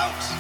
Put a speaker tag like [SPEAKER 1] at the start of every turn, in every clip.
[SPEAKER 1] Strokes.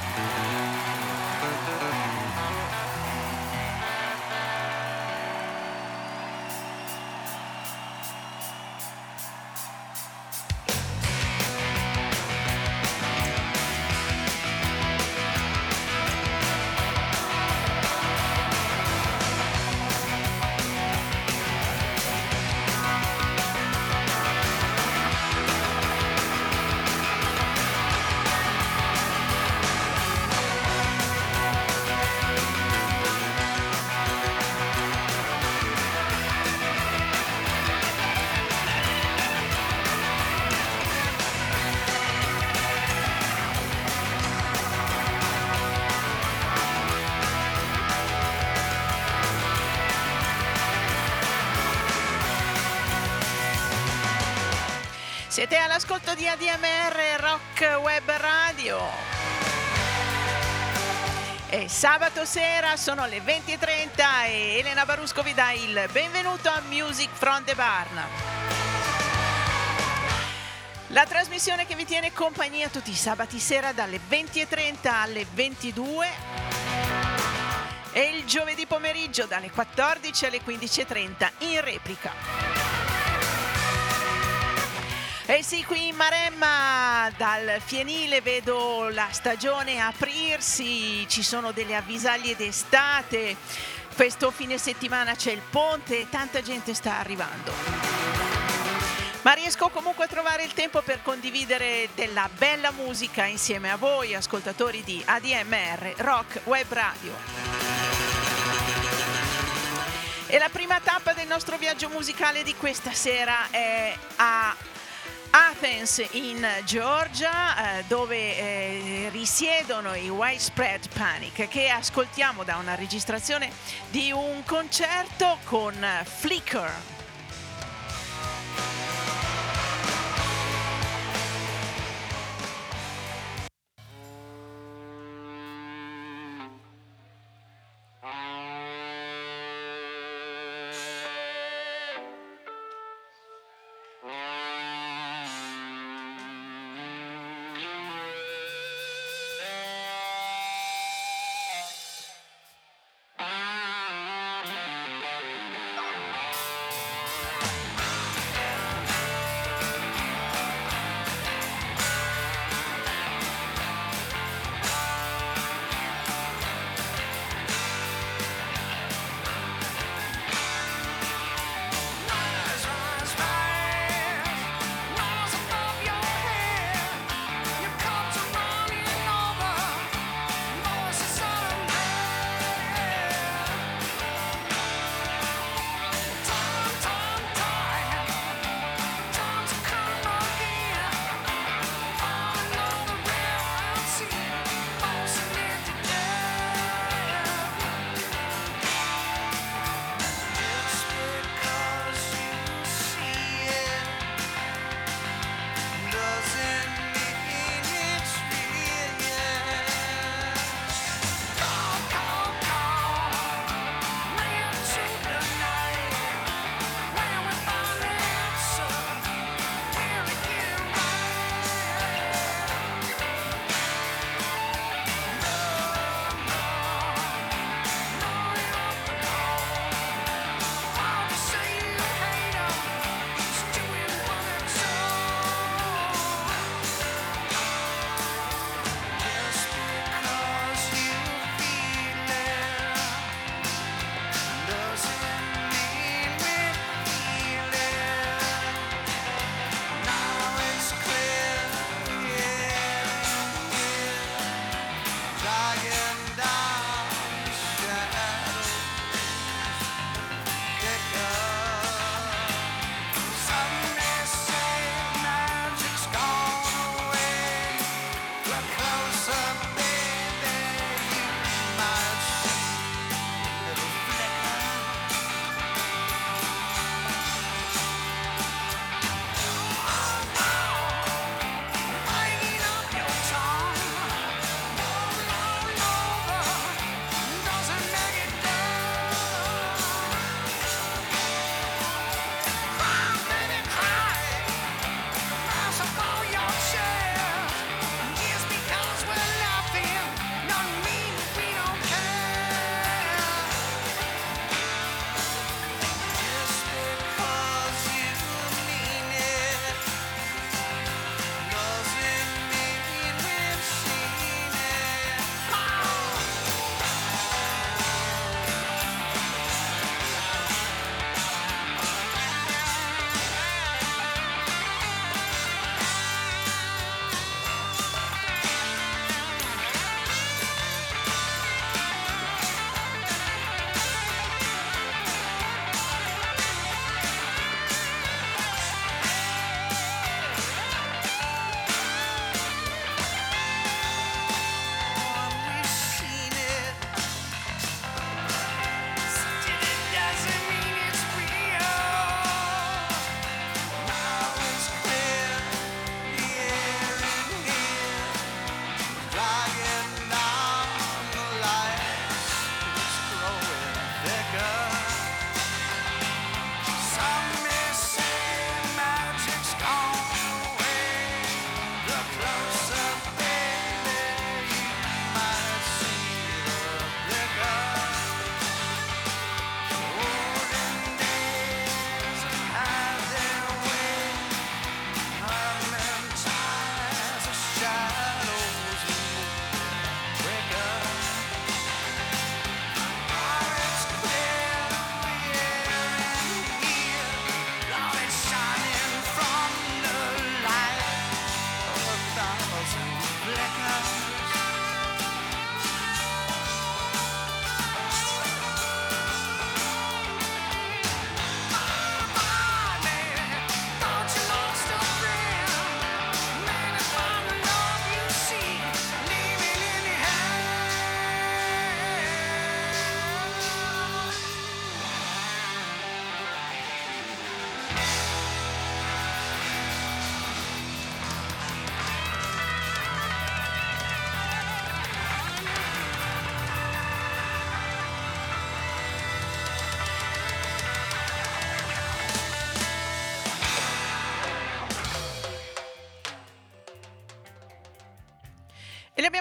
[SPEAKER 1] Siete all'ascolto di ADMR Rock Web Radio. E sabato sera sono le 20:30 e Elena Barusco vi dà il benvenuto a Music from the Barn. La trasmissione che vi tiene compagnia tutti i sabati sera dalle 20:30 alle 22 e il giovedì pomeriggio dalle 14 alle 15:30 in replica. E sì, qui in Maremma dal fienile vedo la stagione aprirsi, ci sono delle avvisaglie d'estate, questo fine settimana c'è il ponte e tanta gente sta arrivando. Ma riesco comunque a trovare il tempo per condividere della bella musica insieme a voi, ascoltatori di ADMR Rock Web Radio. E la prima tappa del nostro viaggio musicale di questa sera è a Athens in Georgia, dove risiedono i Widespread Panic, che ascoltiamo da una registrazione di un concerto con Flicker.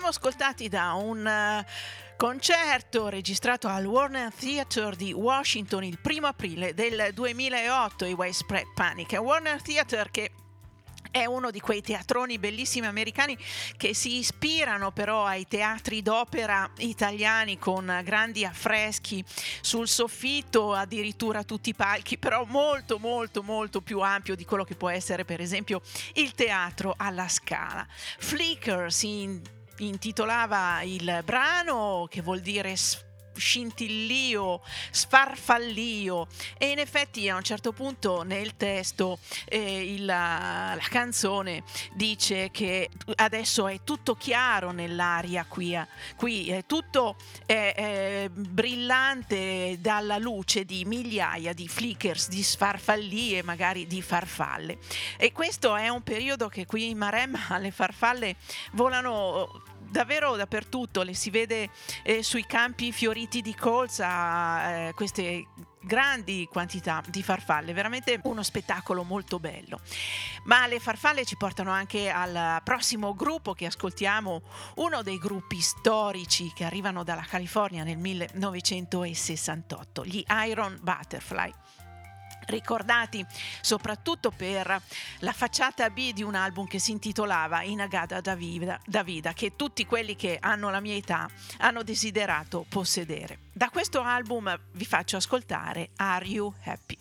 [SPEAKER 1] siamo ascoltati da un concerto registrato al Warner Theatre di Washington il 1° aprile del 2008, i Widespread Panic. Warner Theatre, che è uno di quei teatroni bellissimi americani che si ispirano però ai teatri d'opera italiani, con grandi affreschi sul soffitto, addirittura tutti i palchi, però molto molto molto più ampio di quello che può essere per esempio il teatro alla Scala. Flicker si intitolava il brano, che vuol dire scintillio, sfarfallio, e in effetti a un certo punto nel testo la canzone dice che adesso è tutto chiaro nell'aria, qui è tutto brillante dalla luce di migliaia di flickers, di sfarfallie, magari di farfalle, e questo è un periodo che qui in Maremma le farfalle volano davvero dappertutto, le si vede sui campi fioriti di colza, queste grandi quantità di farfalle, veramente uno spettacolo molto bello. Ma le farfalle ci portano anche al prossimo gruppo che ascoltiamo, uno dei gruppi storici che arrivano dalla California nel 1968, gli Iron Butterfly, ricordati soprattutto per la facciata B di un album che si intitolava Inagada Davida, che tutti quelli che hanno la mia età hanno desiderato possedere. Da questo album vi faccio ascoltare Are You Happy?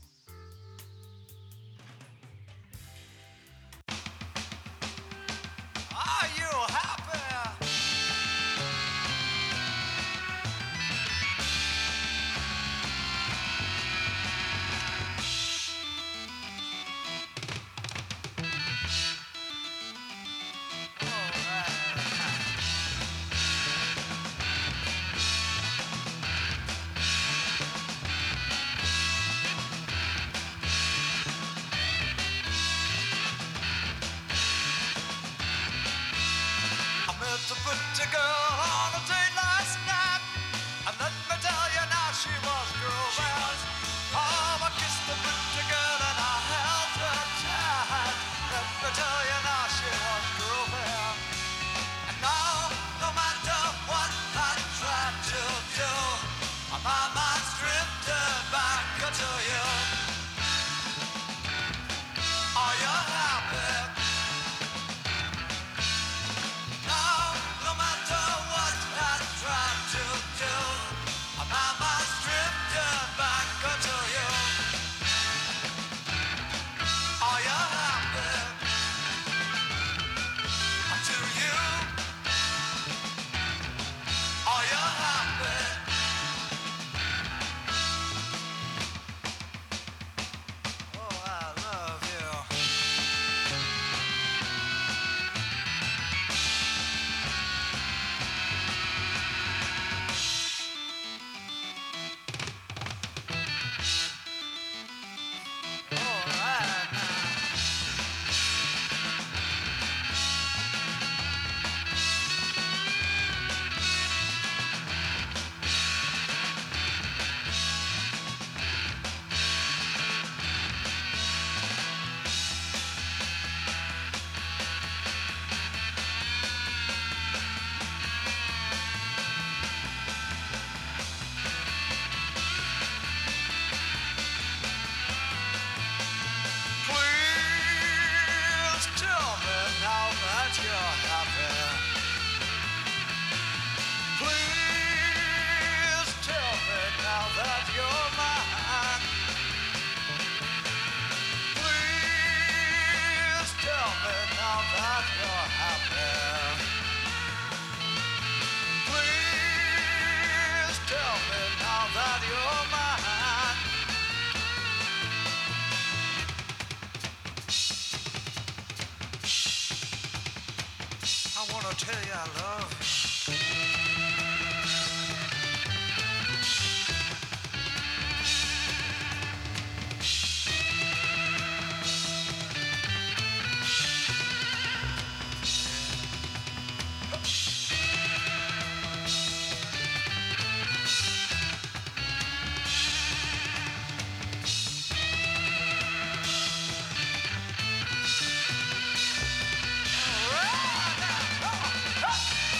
[SPEAKER 2] Are you happy? To put a girl on a date last night, and let me tell you now she was grooving. Oh, I kissed the pretty girl and I held her tight. Let me tell you now she was grooving. And now, no matter what I try to do, my mind's drifting back to you. Are you happy? Tell you I love you.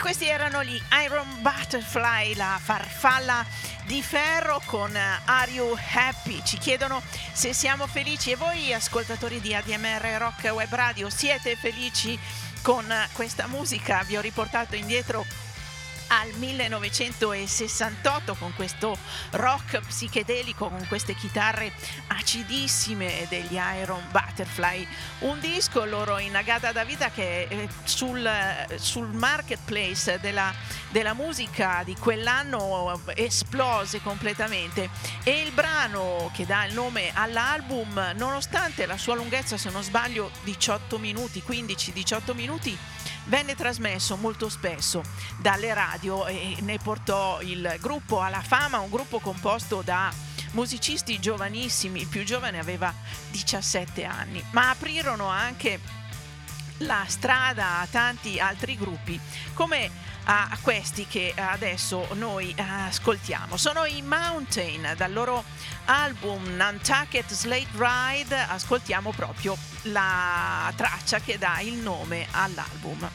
[SPEAKER 1] questi erano gli Iron Butterfly, la farfalla di ferro con Are You Happy? Ci chiedono se siamo felici, e voi ascoltatori di ADMR Rock Web Radio siete felici con questa musica? Vi ho riportato indietro al 1968 con questo rock psichedelico, con queste chitarre acidissime degli Iron Butterfly, un disco loro in Agata Davida che sul marketplace della musica di quell'anno esplose completamente, e il brano che dà il nome all'album, nonostante la sua lunghezza, se non sbaglio 18 minuti, 15-18 minuti, venne trasmesso molto spesso dalle radio e ne portò il gruppo alla fama, un gruppo composto da musicisti giovanissimi. Il più giovane aveva 17 anni, ma aprirono anche la strada a tanti altri gruppi, come a questi che adesso noi ascoltiamo. Sono i Mountain, dal loro album Nantucket Slate Ride ascoltiamo proprio la traccia che dà il nome all'album.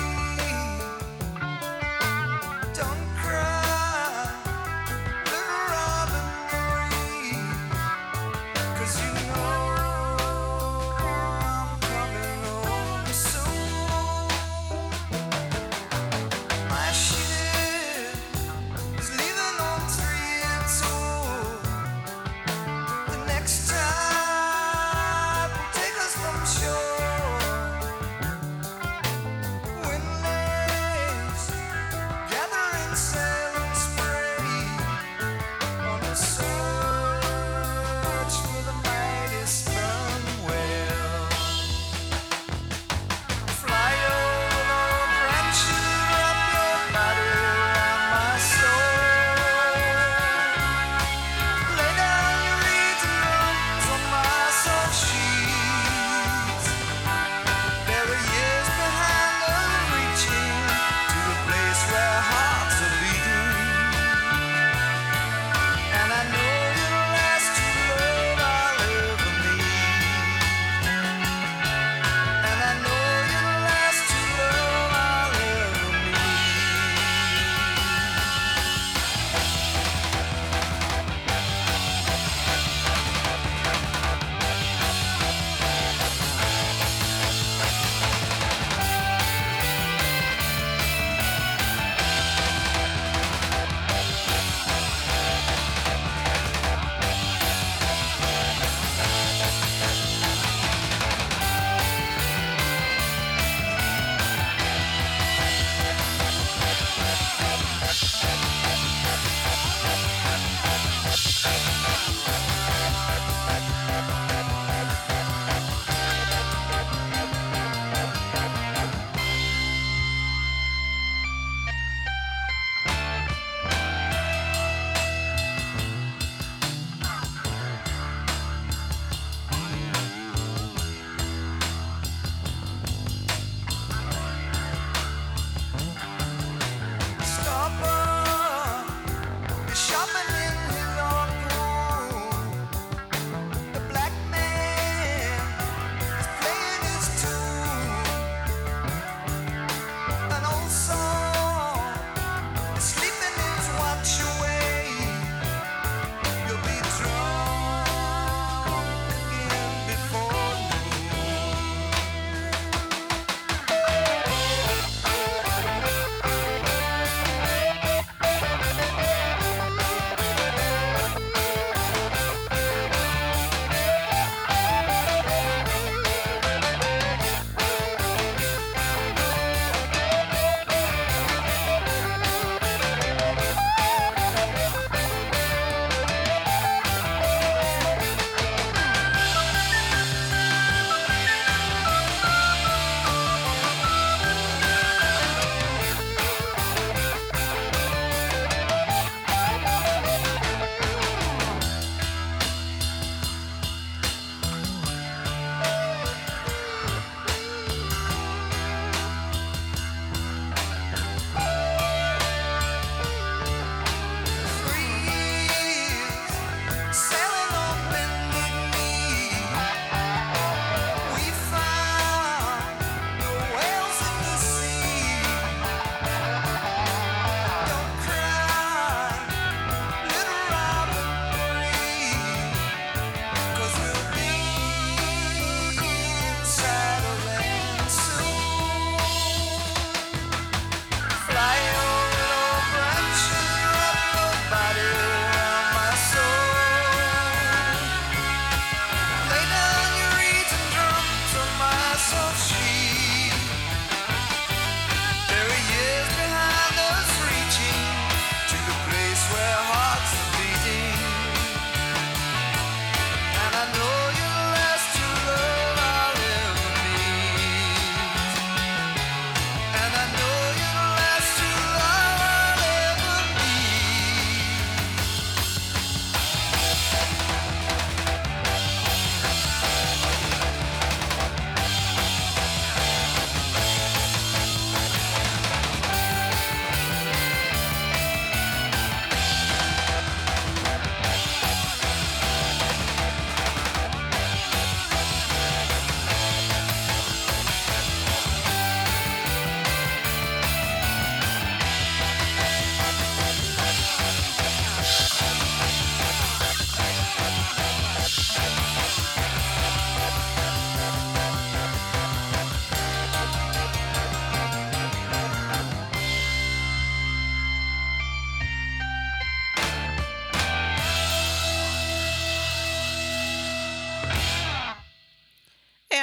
[SPEAKER 2] Don't cry, little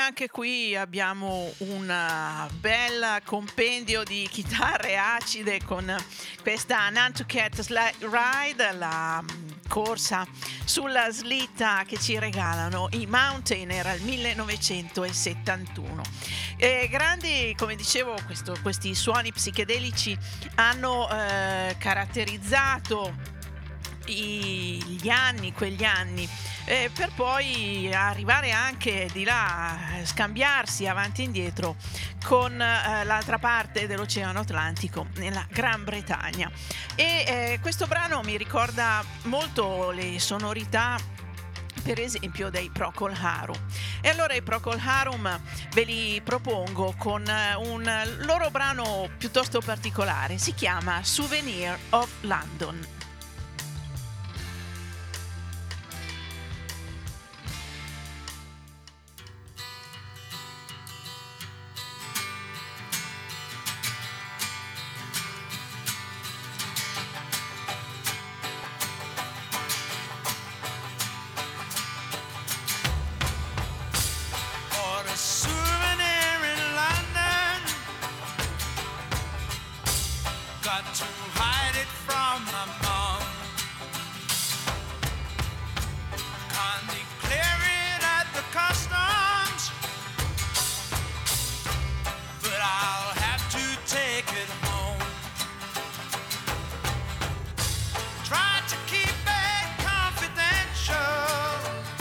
[SPEAKER 1] anche qui abbiamo un bel compendio di chitarre acide con questa Nantucket Sled Ride, la corsa sulla slitta che ci regalano i Mountain, era il 1971. Grandi, come dicevo, questi suoni psichedelici hanno caratterizzato quegli anni, per poi arrivare anche di là, scambiarsi avanti e indietro con l'altra parte dell'Oceano Atlantico, nella Gran Bretagna. E questo brano mi ricorda molto le sonorità, per esempio, dei Procol Harum. E allora i Procol Harum ve li propongo con un loro brano piuttosto particolare, si chiama Souvenir of London.
[SPEAKER 2] To hide it from my mom, can't declare it at the customs, but I'll have to take it home. Try to keep it confidential,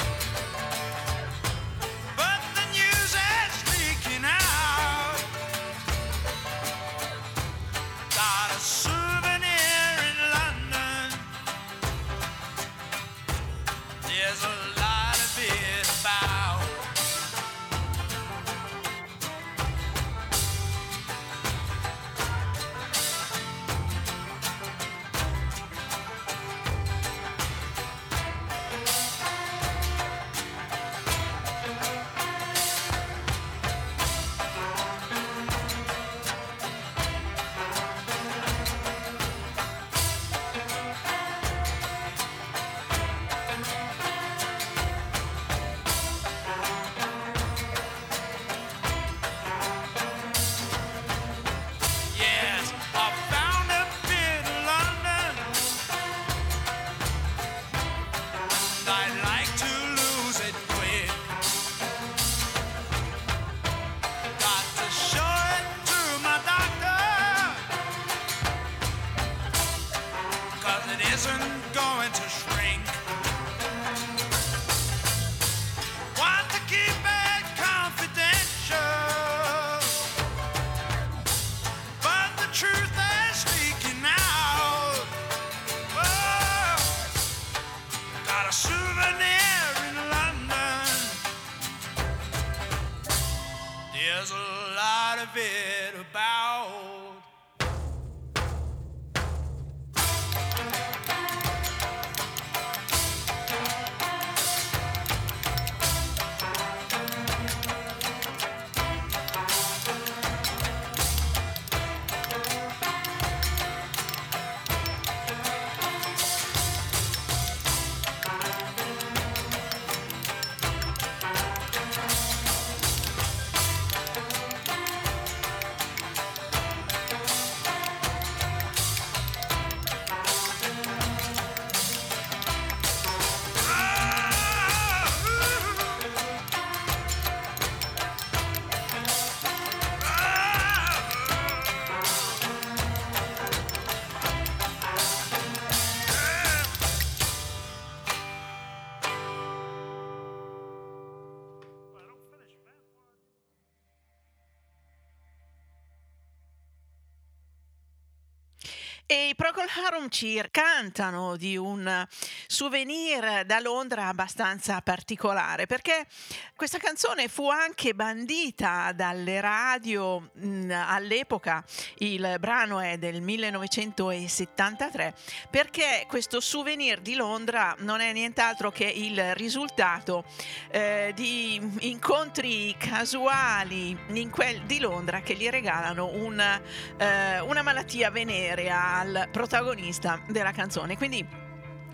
[SPEAKER 2] but the news is leaking out. Got a souvenir in London. There's a lot of it about. Yes, I found a bit of London. I'd like to lose it quick. Got to show it to my doctor, 'cause it isn't going to shrink. Want to keep it confidential, but the truth is leaking out. Oh, got a souvenir in London. There's a lot of it about.
[SPEAKER 1] E i Procol Harum ci cantano di un souvenir da Londra abbastanza particolare, perché questa canzone fu anche bandita dalle radio all'epoca. Il brano è del 1973, perché questo souvenir di Londra non è nient'altro che il risultato di incontri casuali di Londra che gli regalano una malattia venerea al protagonista della canzone. Quindi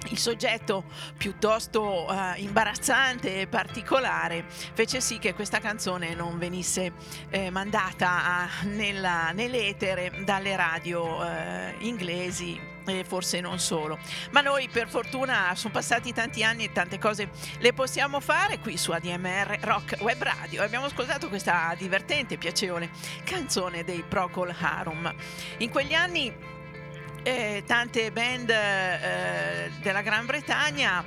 [SPEAKER 1] il soggetto piuttosto imbarazzante e particolare fece sì che questa canzone non venisse mandata nell'etere dalle radio inglesi e forse non solo. Ma noi per fortuna sono passati tanti anni e tante cose le possiamo fare qui su ADMR Rock Web Radio. Abbiamo ascoltato questa divertente e piacevole canzone dei Procol Harum. In quegli anni tante band della Gran Bretagna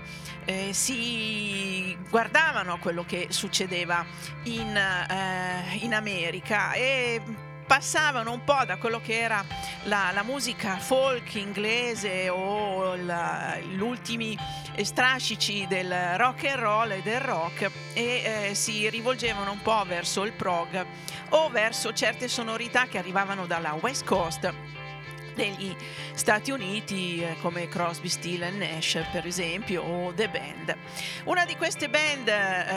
[SPEAKER 1] si guardavano a quello che succedeva in America e passavano un po' da quello che era la musica folk inglese o gli ultimi strascici del rock and roll e del rock e si rivolgevano un po' verso il prog o verso certe sonorità che arrivavano dalla West Coast degli Stati Uniti, come Crosby, Stills & Nash per esempio, o The Band. Una di queste band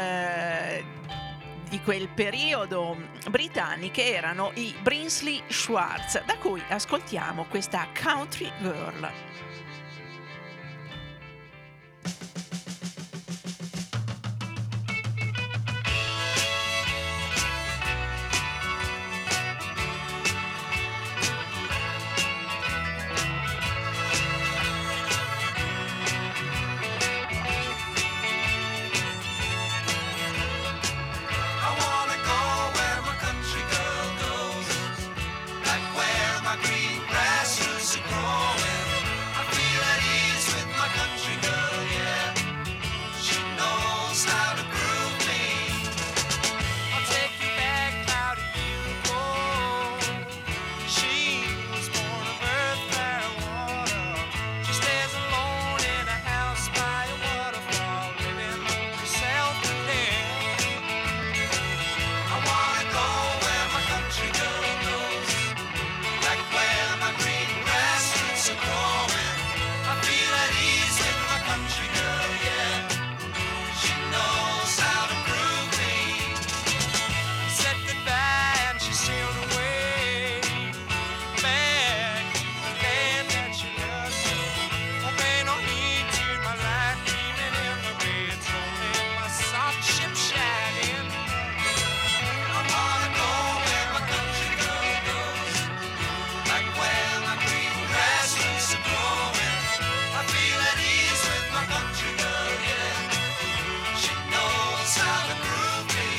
[SPEAKER 1] di quel periodo britanniche erano i Brinsley Schwarz, da cui ascoltiamo questa Country Girl.
[SPEAKER 2] Green grass is growing. I feel at ease with my country girl, yeah. She knows how to groove me. I'll take you back out of you. She was born of earth, fire, and water. She stays alone in a house by a waterfall, living self-content. I wanna go where my country girl goes, like where my green grass roots are growing. I feel at ease with my country girl, yeah. She knows how to groove me. Said goodbye and she sailed away, back to the land that she loves so. Won't pay no heed to my light gleaming in the bay. It's only my soft ship shining. I wanna go where my country girl goes, like where my green grass roots are growing. I feel at ease with my country girl, yeah. She knows how to groove me.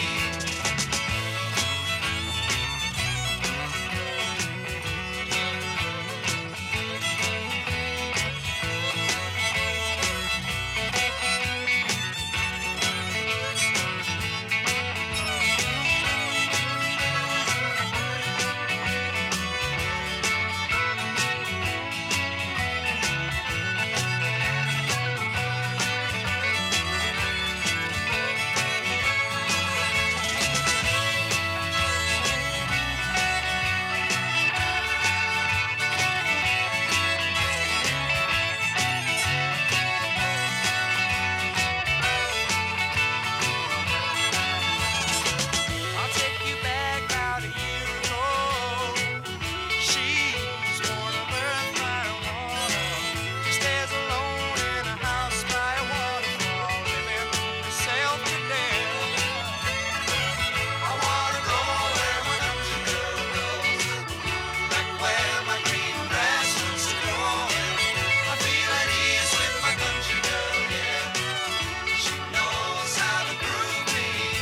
[SPEAKER 2] I'll take you back out of Europe. She's born of earth, fire, and water. She stays alone in a house by a waterfall, living herself to death. I wanna go where my country girl goes, like where my green grass roots are growing. I feel at ease with my country girl, yeah. She knows how to groove me.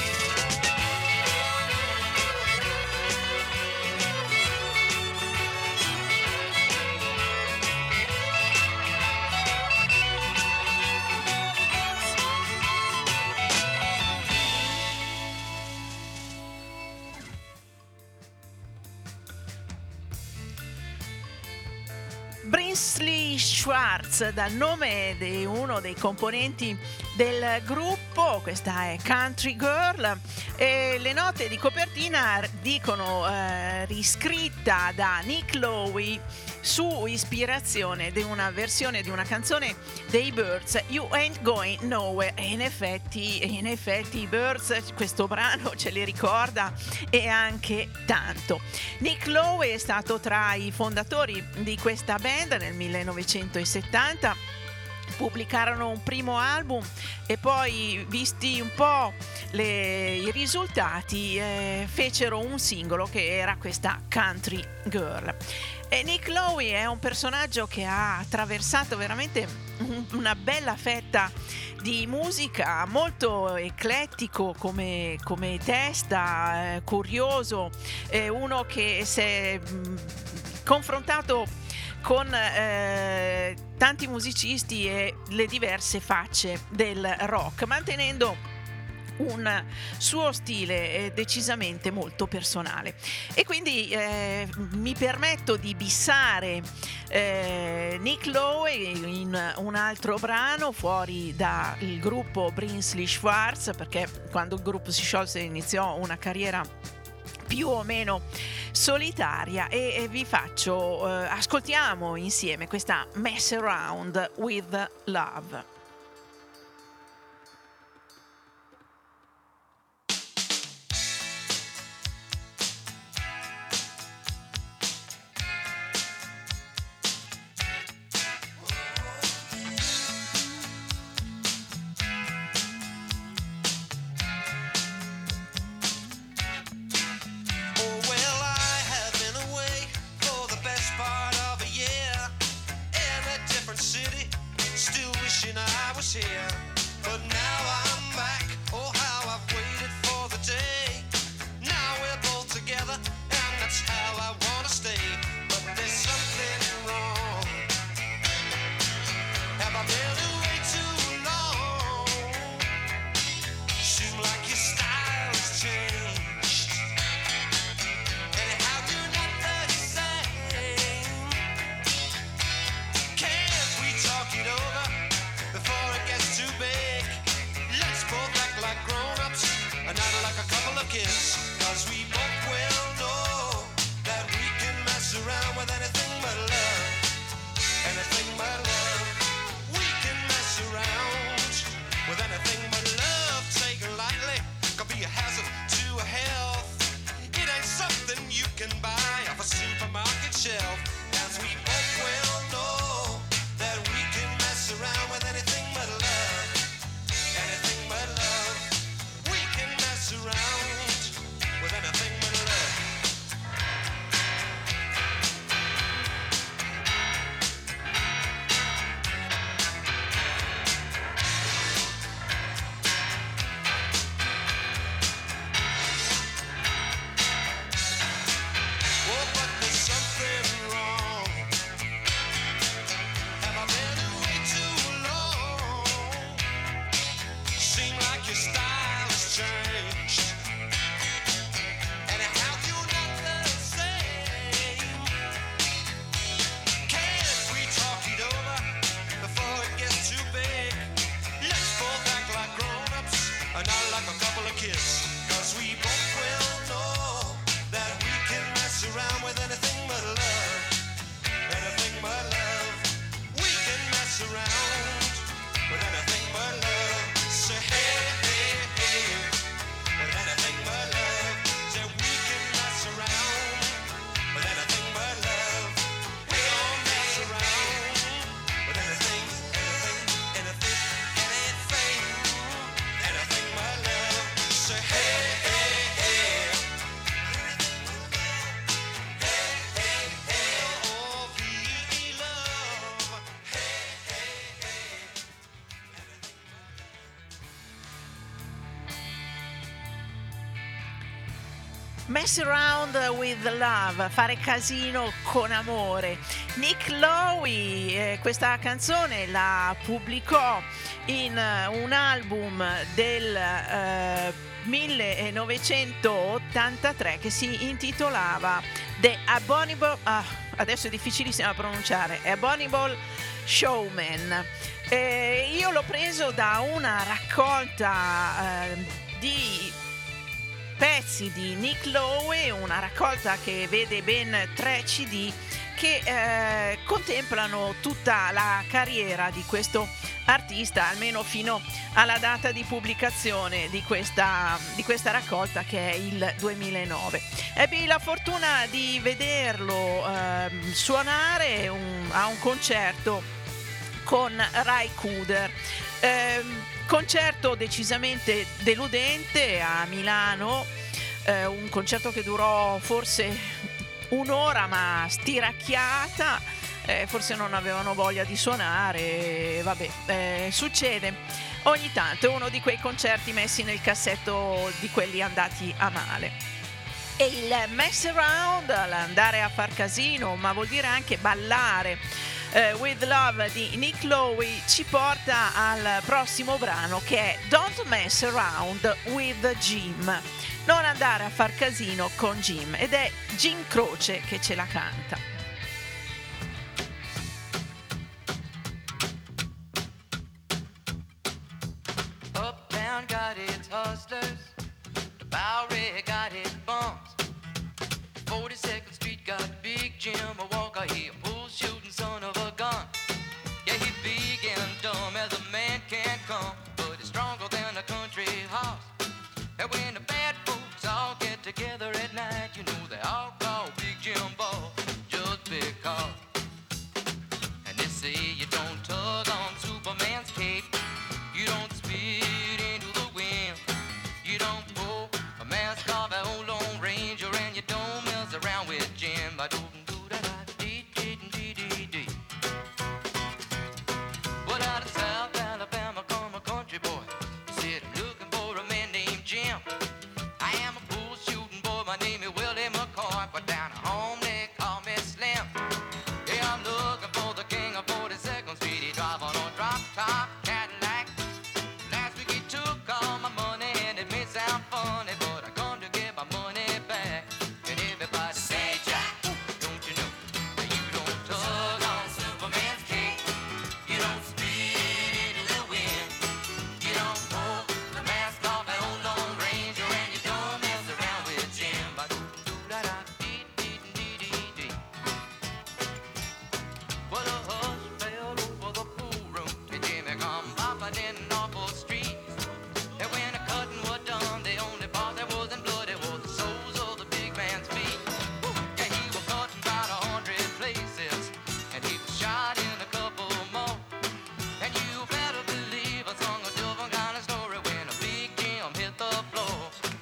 [SPEAKER 1] Brinsley Schwarz, dal nome di uno dei componenti del gruppo. Questa è Country Girl e le note di copertina dicono riscritta da Nick Lowe su ispirazione di una versione di una canzone dei Byrds, You Ain't Going Nowhere. E in effetti i Byrds questo brano ce li ricorda e anche tanto. Nick Lowe è stato tra i fondatori di questa band nel 1970, pubblicarono un primo album e poi, visti un po' i risultati, fecero un singolo che era questa Country Girl. E Nick Lowe è un personaggio che ha attraversato veramente una bella fetta di musica, molto eclettico come testa, curioso, uno che si è confrontato con tanti musicisti e le diverse facce del rock, mantenendo un suo stile decisamente molto personale. E quindi mi permetto di bissare Nick Lowe in un altro brano fuori dal gruppo Brinsley Schwarz, perché quando il gruppo si sciolse iniziò una carriera più o meno solitaria, e vi faccio ascoltiamo insieme questa Mess Around with Love. Mess Around with Love, fare casino con amore. Nick Lowe questa canzone la pubblicò in un album del 1983 che si intitolava The Abominable, adesso è difficilissimo da pronunciare, Abominable Showman. Io l'ho preso da una raccolta di pezzi di Nick Lowe, una raccolta che vede ben 3 CD che contemplano tutta la carriera di questo artista, almeno fino alla data di pubblicazione di questa raccolta, che è il 2009. Ebbi la fortuna di vederlo suonare a un concerto con Ry Cooder. Concerto decisamente deludente a Milano, un concerto che durò forse un'ora ma stiracchiata, forse non avevano voglia di suonare, vabbè, succede ogni tanto, è uno di quei concerti messi nel cassetto di quelli andati a male. E il mess around, l'andare a far casino, ma vuol dire anche ballare, With Love di Nick Lowe, ci porta al prossimo brano, che è Don't Mess Around with Jim. Non andare a far casino con Jim, ed è Jim Croce che ce la canta.
[SPEAKER 2] Uptown got its hustlers, the Bowery got its bums, 42nd Street got Big Jim, a walker, he a bull shooting son of a gun. Yeah, he big and dumb as a man can't come, but he's stronger than a country horse. And when the bad folks all get together at night, you know they all call Big Jim Ball just because. And they say you don't tug on Superman's cape, you don't spit into the wind, you don't pull a mask off an old Lone Ranger, and you don't mess around with Jim. I don't do that. Well, out of South Alabama come a country boy. He said, I'm looking for a man named Jim. I am a bull shooting boy, my name is Willie McCoy, but down at home they call me Slim. Yeah, I'm looking for the king of 42nd Street. He drive on a drop top Cadillac. Last week he took all my money, and it may sound funny, but I come to get my money back. And everybody say, Jack, don't you know that you don't tug on Superman's cape, you don't spit into the wind, you don't pull the mask off an old Lone Ranger, and you don't mess around with Jim. Ba-doo-doo-da-da-dee-dee-dee-dee. Well, a hush fell over the pool room, and Jimmy come popping in awful streets. And when the cutting was done, the only part that wasn't bloody was the soles of the big man's feet. Yeah, he was cut in about 100 places, and he was shot in a couple more. And you better believe I sung a different kind of story when a Big Jim hit the floor.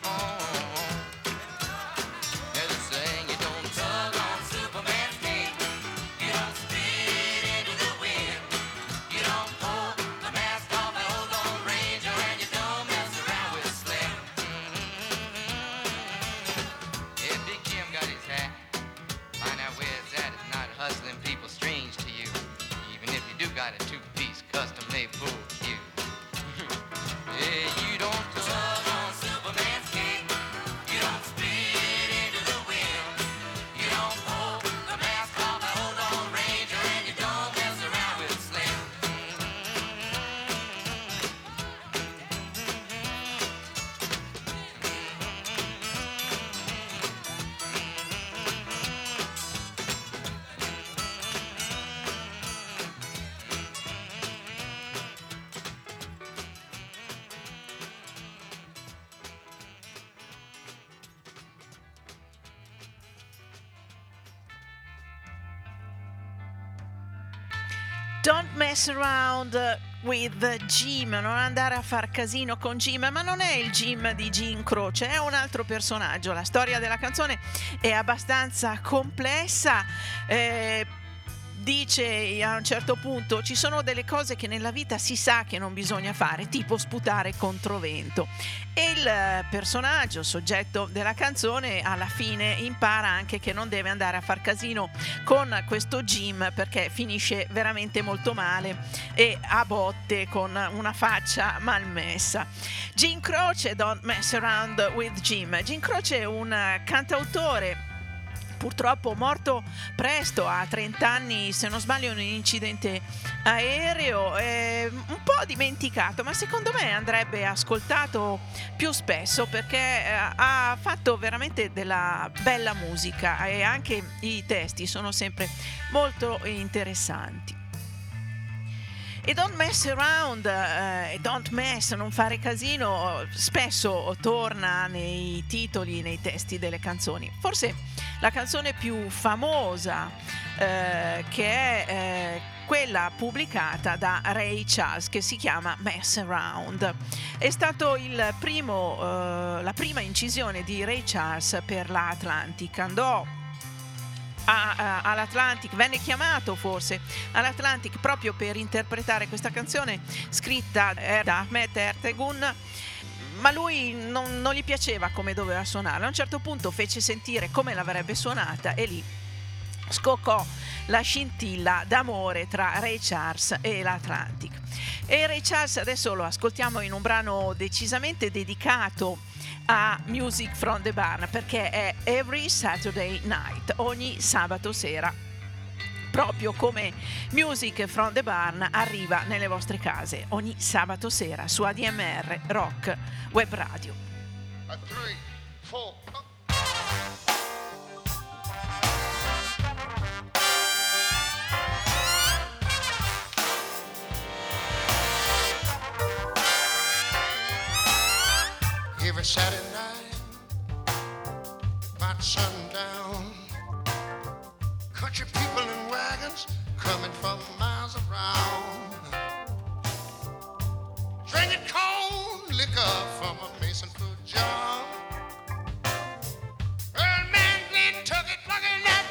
[SPEAKER 2] Yeah, they saying you don't tug on Superman's cape, you don't spit into the wind, you don't pull the mask off an old Lone Ranger, and you don't mess around with Slim. Yeah, Big Jim got his hat. Find out where it's at. It's not hustling people strange to you, even if you do got a two-piece custom-made bull cue. Yeah, you don't tug on Superman's cape, you don't spit into the wind, you don't pull the mask off an old Lone Ranger, and you don't mess around with Slim.
[SPEAKER 1] Don't mess around with Jim, non andare a far casino con Jim, ma non è il Jim di Jim Croce, è un altro personaggio. La storia della canzone è abbastanza complessa. Dice a un certo punto: ci sono delle cose che nella vita si sa che non bisogna fare, tipo sputare controvento, e il personaggio soggetto della canzone alla fine impara anche che non deve andare a far casino con questo Jim, perché finisce veramente molto male e a botte con una faccia malmessa. Jim Croce, Don't Mess Around with Jim. Jim Croce è un cantautore purtroppo morto presto, a 30 anni se non sbaglio, in un incidente aereo, un po' dimenticato, ma secondo me andrebbe ascoltato più spesso, perché ha fatto veramente della bella musica e anche i testi sono sempre molto interessanti. E Don't Mess Around, Don't Mess, non fare casino, spesso torna nei titoli, nei testi delle canzoni. Forse la canzone più famosa che è quella pubblicata da Ray Charles, che si chiama Mess Around. È stato la prima incisione di Ray Charles per la Atlantic. Andò all'Atlantic, venne chiamato forse all'Atlantic proprio per interpretare questa canzone scritta da Ahmet Ertegun, ma lui non gli piaceva come doveva suonare. A un certo punto fece sentire come l'avrebbe suonata e lì scoccò la scintilla d'amore tra Ray Charles e l'Atlantic. E Ray Charles adesso lo ascoltiamo in un brano decisamente dedicato a Music from the Barn, perché è Every Saturday Night, ogni sabato sera, proprio come Music from the Barn arriva nelle vostre case ogni sabato sera su ADMR Rock Web Radio.
[SPEAKER 3] A 3, 4. Every Saturday night, about sundown, country people in wagons coming from miles around, drinking cold liquor from a Mason fruit jar. Old man Glenn took it, plugging that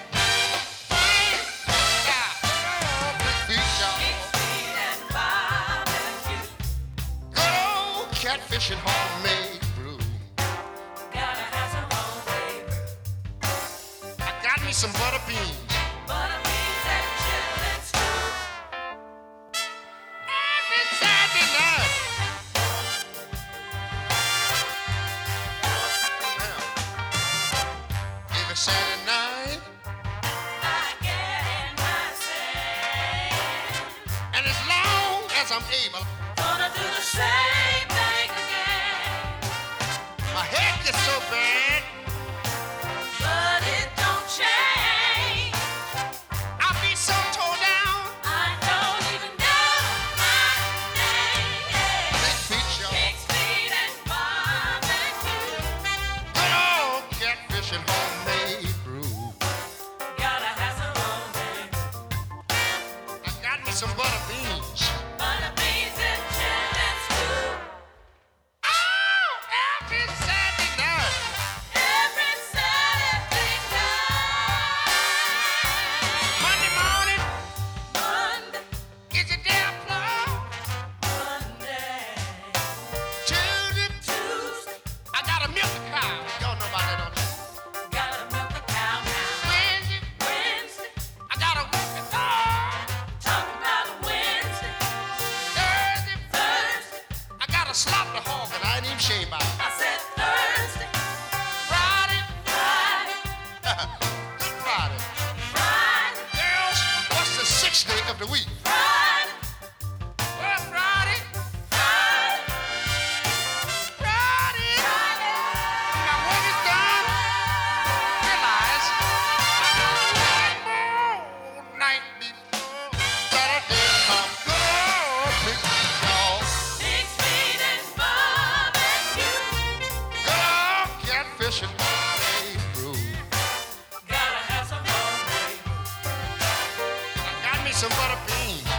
[SPEAKER 3] big feet, good old catfishing homemade. Some butter beans. Butter beans and chicken stew. Every Saturday night. Every Saturday night. I get in my sand. And as long as I'm able, gonna do the same thing again. My head gets so bad. But it don't change. I'll be so tore down. I don't even know my name. Big feet, y'all. Big feet and barbecue. Good old catfish and homemade brew. Gotta have some homemade. I got me some butter beans. Butter beans and chicken stew. Oh, every Saturday night. Every Saturday night. Monday morning. Monday. Is it day of love? Monday. Tuesday. Tuesday. I gotta milk the cow. Y'all know about that, don't you? Gotta milk the cow now. Wednesday. Wednesday. I gotta work the dog. Talking about a Wednesday. Thursday. Thursday. I gotta slop the hog and I ain't even shave out. I said Thursday. Friday. Friday. Good Friday. Friday. Girls, what's the 6th day of the week? Friday. Well, Friday. Friday. Friday. Friday. Now when it's done, realize I got one more night before Saturday come. Good big feet, y'all. Big feet and barbecue. Good old catfish and homemade brew. Gotta have some homemade. I got me some butter beans.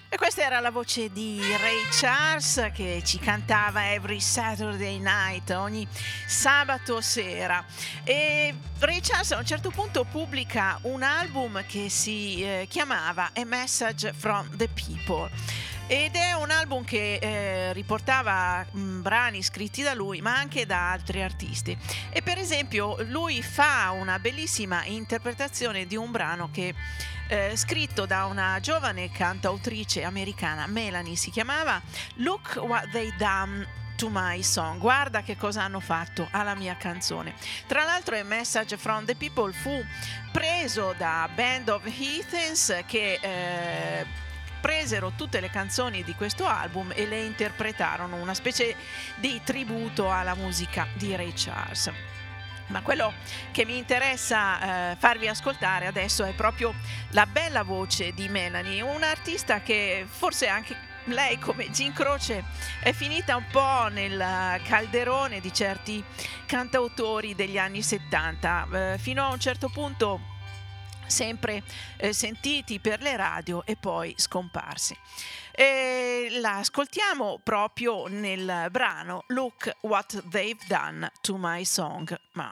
[SPEAKER 1] E questa era la voce di Ray Charles che ci cantava Every Saturday Night, ogni sabato sera. E Ray Charles a un certo punto pubblica un album che si chiamava A Message from the People. Ed è un album che riportava brani scritti da lui, ma anche da altri artisti. E per esempio lui fa una bellissima interpretazione di un brano che scritto da una giovane cantautrice americana, Melanie si chiamava, Look What They Done to My Song. Guarda che cosa hanno fatto alla mia canzone. Tra l'altro A Message from the People fu preso da Band of Heathens che presero tutte le canzoni di questo album e le interpretarono, una specie di tributo alla musica di Ray Charles. Ma quello che mi interessa farvi ascoltare adesso è proprio la bella voce di Melanie, un'artista che forse anche lei, come Jim Croce, è finita un po' nel calderone di certi cantautori degli anni 70, fino a un certo punto sempre sentiti per le radio e poi scomparsi. E la ascoltiamo proprio nel brano Look What They've Done to My Song. Ma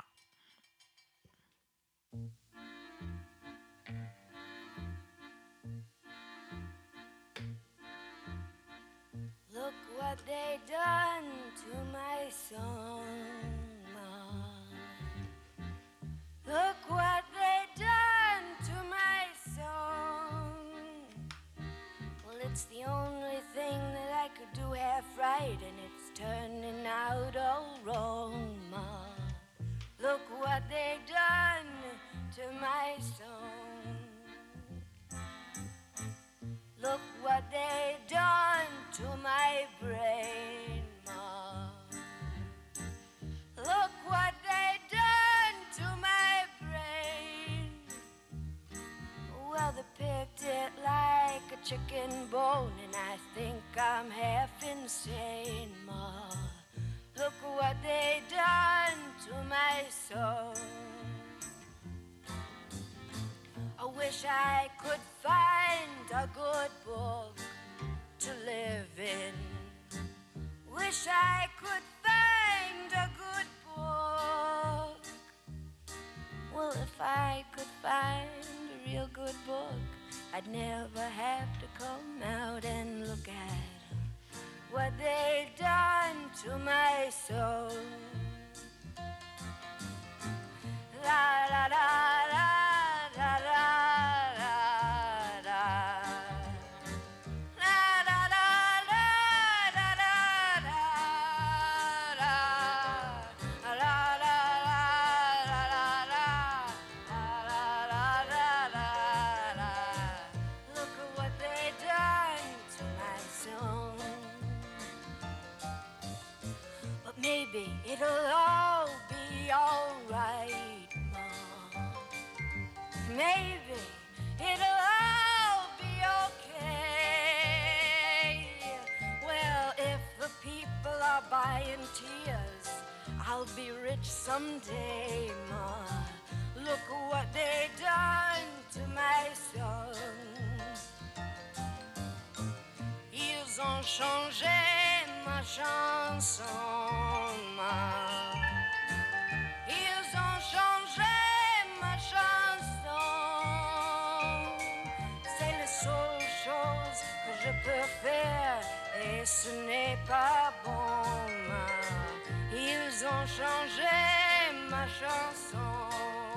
[SPEAKER 4] Look what they done to my song, Ma. Look what they done to my song. Well, it's the only thing that I could do half right, and it's turning out all wrong, Ma. Look what they done to my song. Look what they done to my brain, Ma. Look what they done to my brain. Well, they picked it like a chicken bone, and I think I'm half insane, Ma. Look what they done to my soul. I wish I could find a good book to live in. Wish I could find a good book. Well, if I could find a real good book, I'd never have to come out and look at what they done to my soul. La la la la. La la la la. La la la la la la la. La la la la la la. La la la la la. Look at what they done to my song. But maybe it'll all be alright. Maybe it'll all be okay. Well, if the people are buying tears, I'll be rich someday, Ma. Look what they done to my song. Ils ont changé ma chanson, Ma. Ils ont changé ma chanson. C'est la seule chose que je peux faire et ce n'est pas bon, Ma. Ils ont changé ma chanson.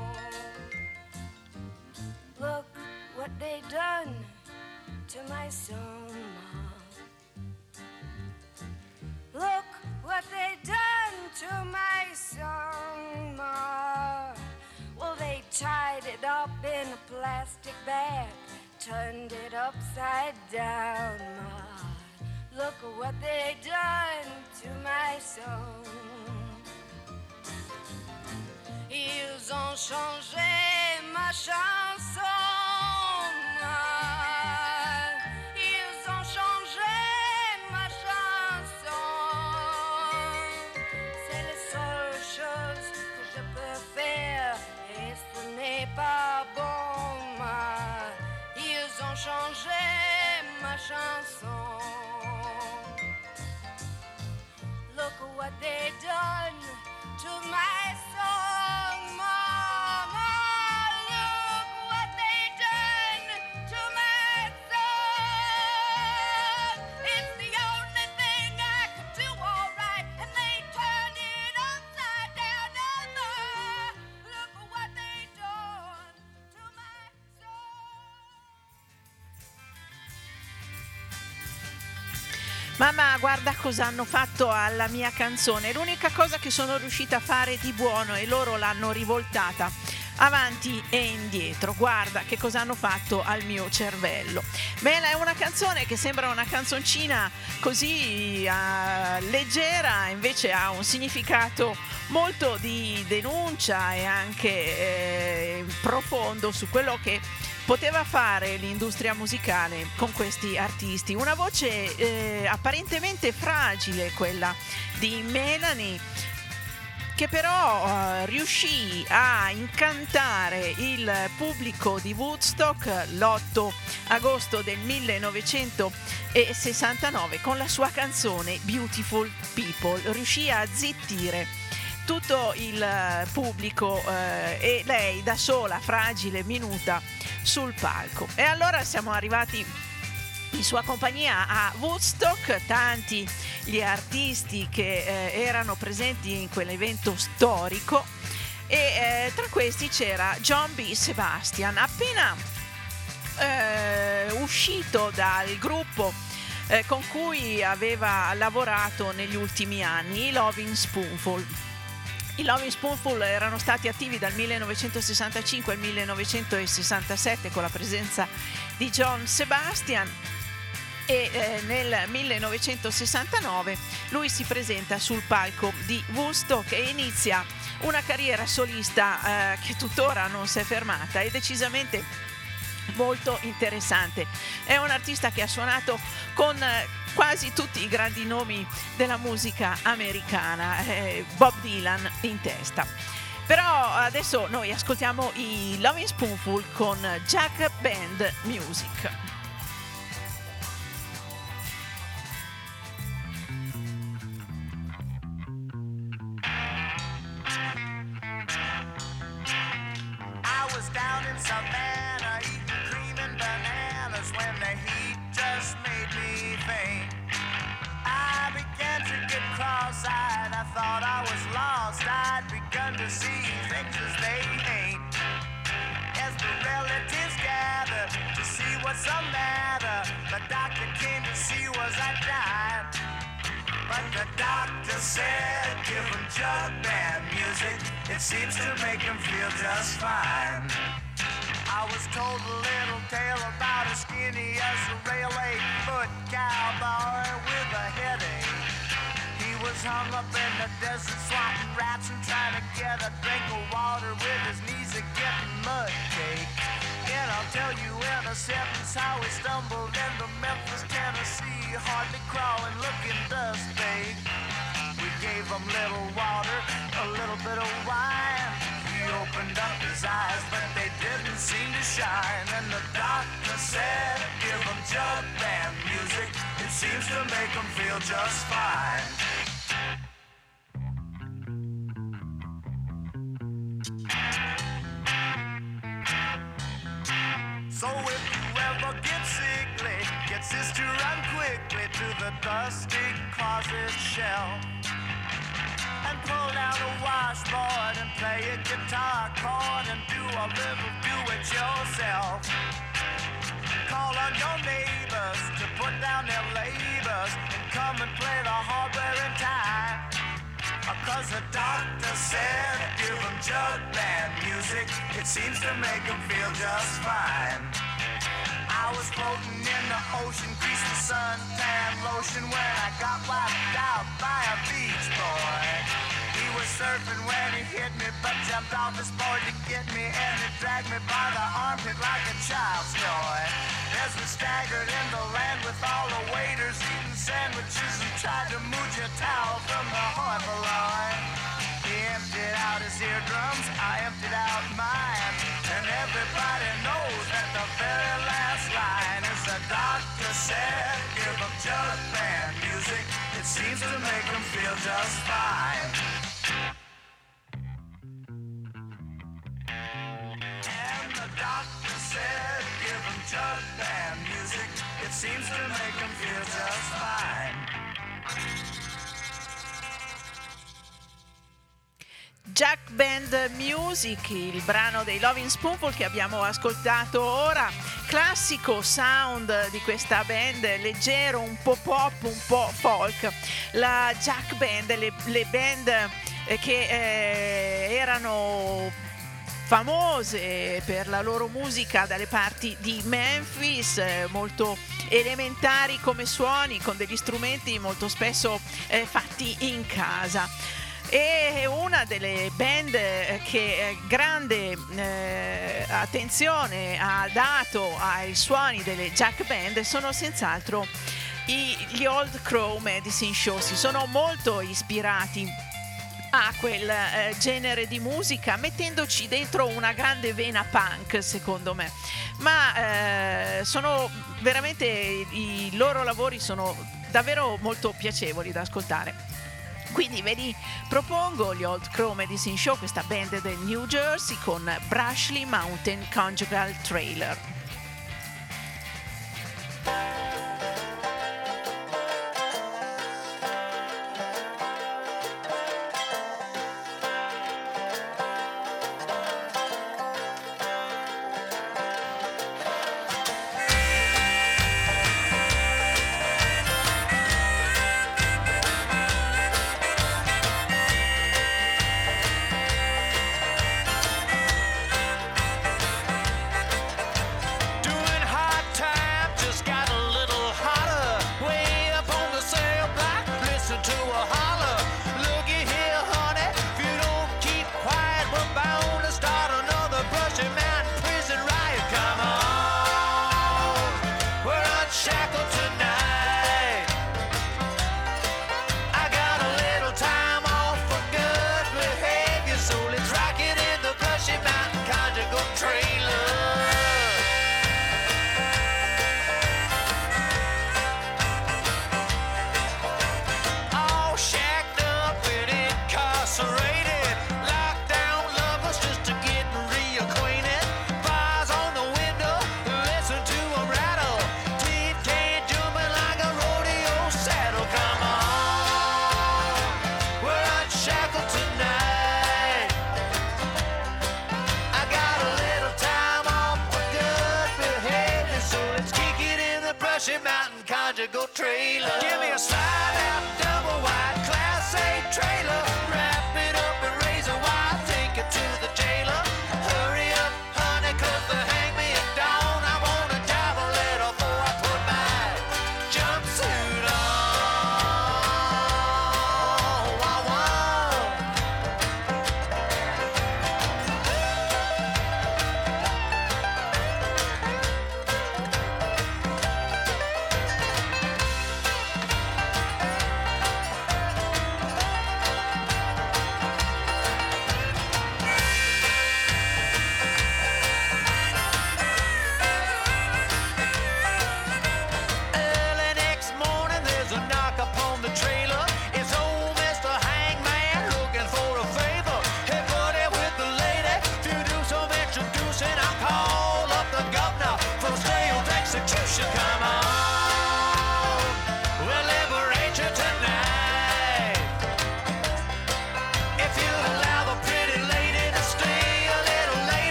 [SPEAKER 4] Look what they done to my song, Ma. Look what they done to my song, Ma. Well, they tied it up in a plastic bag, turned it upside down, Ma. Look at what they done to my song. Ils ont changé ma chanson, Ma. Ils ont changé ma chanson. C'est la seule chose que je peux faire et ce n'est pas bon, Ma. Ils ont changé ma chanson. chanson. Look what they done to my song, Mama. Look what they done to my song. It's the only thing I could do all right, and they turned it upside down. Look what they done to my
[SPEAKER 1] Mamma, guarda cosa hanno fatto alla mia canzone. L'unica cosa che sono riuscita a fare di buono e loro l'hanno rivoltata avanti e indietro. Guarda che cosa hanno fatto al mio cervello. Bella, è una canzone che sembra una canzoncina così leggera, invece ha un significato molto di denuncia e anche profondo su quello che poteva fare l'industria musicale con questi artisti. Una voce apparentemente fragile, quella di Melanie, che però riuscì a incantare il pubblico di Woodstock l'8 agosto del 1969 con la sua canzone Beautiful People. Riuscì a zittire tutto il pubblico e lei da sola, fragile, minuta, sul palco. E allora siamo arrivati in sua compagnia a Woodstock, tanti gli artisti che erano presenti in quell'evento storico, e tra questi c'era John B. Sebastian, appena uscito dal gruppo con cui aveva lavorato negli ultimi anni, i Lovin' Spoonful. I Lovin' Spoonful erano stati attivi dal 1965 al 1967 con la presenza di John Sebastian, e nel 1969 lui si presenta sul palco di Woodstock e inizia una carriera solista che tuttora non si è fermata, e decisamente molto interessante. È un artista che ha suonato con quasi tutti i grandi nomi della musica americana, Bob Dylan in testa. Però adesso noi ascoltiamo i Lovin' Spoonful con Jack Band Music.
[SPEAKER 2] I was down in Savannah eating cream and bananas when the heat just made me faint. I began to get cross-eyed, I thought I was lost, I'd begun to see things as they ain't. As the relatives gathered to see what's the matter, the doctor came to see was I dying. But the doctor said, give him jug band music, it seems to make him feel just fine. I was told a little tale about a skinny as a rail 8-foot cowboy with a headache. He was hung up in the desert swatting rats and trying to get a drink of water with his knees a getting mud cake. And I'll tell you in a sentence how he stumbled into Memphis, Tennessee, hardly crawling, looking dust baked. We gave him little water, a little bit of wine. He opened up his eyes, but they didn't seem to shine. And the doctor said, give him jug band music, it seems to make him feel just fine. So if you ever get sickly, get sis to run quickly to the dusty closet shelf and pull down a washboard and play a guitar chord and do a little do-it-yourself. Call on your neighbors to put down their labors and come and play the hardware in time. Cause the doctor said, give him jug band music, it seems to make him feel just fine. I was floating in the ocean, greasing suntan lotion when I got wiped out by a beach boy. He was surfing when he hit me, but jumped off his board to get me, and he dragged me by the armpit like a child's toy. As we staggered in the land with all the waiters eating sandwiches and tried to move your towel from the hoi polloi. He emptied out his eardrums, I emptied out mine, and everybody knows that the very last line is the doctor said, seems to make them feel just fine. And the doctor said, give them jug band music. It seems to make them feel just fine.
[SPEAKER 1] Jug Band Music, il brano dei Lovin' Spoonful che abbiamo ascoltato ora, classico sound di questa band, leggero, un po' pop, un po' folk. La Jug Band, le band che erano famose per la loro musica dalle parti di Memphis, molto elementari come suoni, con degli strumenti molto spesso fatti in casa. E una delle band che grande attenzione ha dato ai suoni delle Jug Band sono senz'altro gli Old Crow Medicine Show. Si sono molto ispirati a quel genere di musica, mettendoci dentro una grande vena punk, secondo me, ma sono veramente, i loro lavori sono davvero molto piacevoli da ascoltare. Quindi ve li propongo, gli Old Crow Medicine Show, questa band del New Jersey, con Brushley Mountain Conjugal Trailer.
[SPEAKER 2] Mountain Conjugal Trailer. Give me a slide out double wide Class A trailer. Wrap it up and raise a wire. Take it to the jailer. Hurry up, honey, 'cause they hang me at dawn. I wanna dive a little before I put my jumpsuit on. Wow, wow.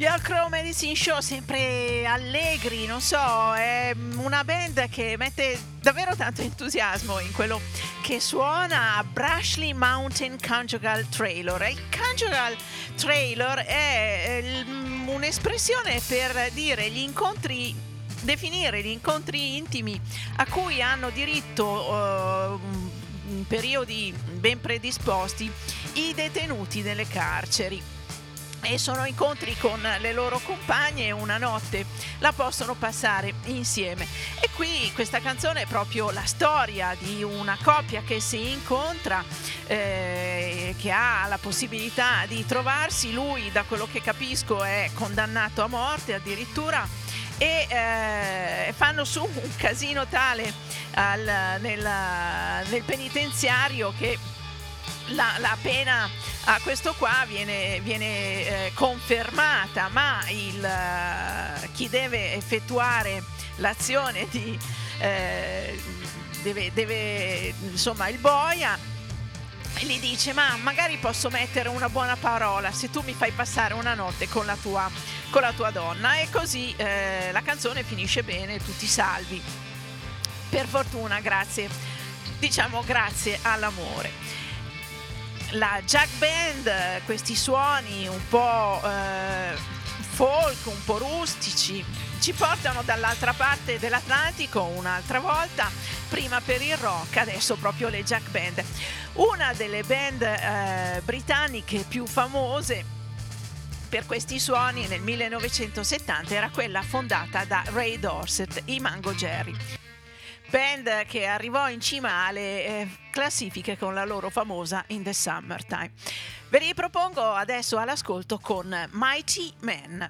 [SPEAKER 1] Gli All Crow Medicine Show, sempre allegri, non so, è una band che mette davvero tanto entusiasmo in quello che suona. Brushley Mountain Conjugal Trailer. Il Conjugal Trailer è un'espressione per dire definire gli incontri intimi a cui hanno diritto in periodi ben predisposti i detenuti nelle carceri. E sono incontri con le loro compagne, una notte la possono passare insieme. E qui questa canzone è proprio la storia di una coppia che si incontra, che ha la possibilità di trovarsi. Lui, da quello che capisco, è condannato a morte addirittura, e fanno su un casino tale nel penitenziario che la pena a questo qua viene confermata, ma chi deve effettuare l'azione deve insomma, il boia gli dice: ma magari posso mettere una buona parola se tu mi fai passare una notte con la tua donna. E così la canzone finisce bene, tutti salvi, per fortuna, grazie all'amore. La Jack Band, questi suoni un po' folk, un po' rustici, ci portano dall'altra parte dell'Atlantico un'altra volta, prima per il rock, adesso proprio le Jack Band. Una delle band britanniche più famose per questi suoni nel 1970 era quella fondata da Ray Dorset, i Mango Jerry. Band che arrivò in cima alle classifiche con la loro famosa In the Summertime. Ve li propongo adesso all'ascolto con Mighty Man.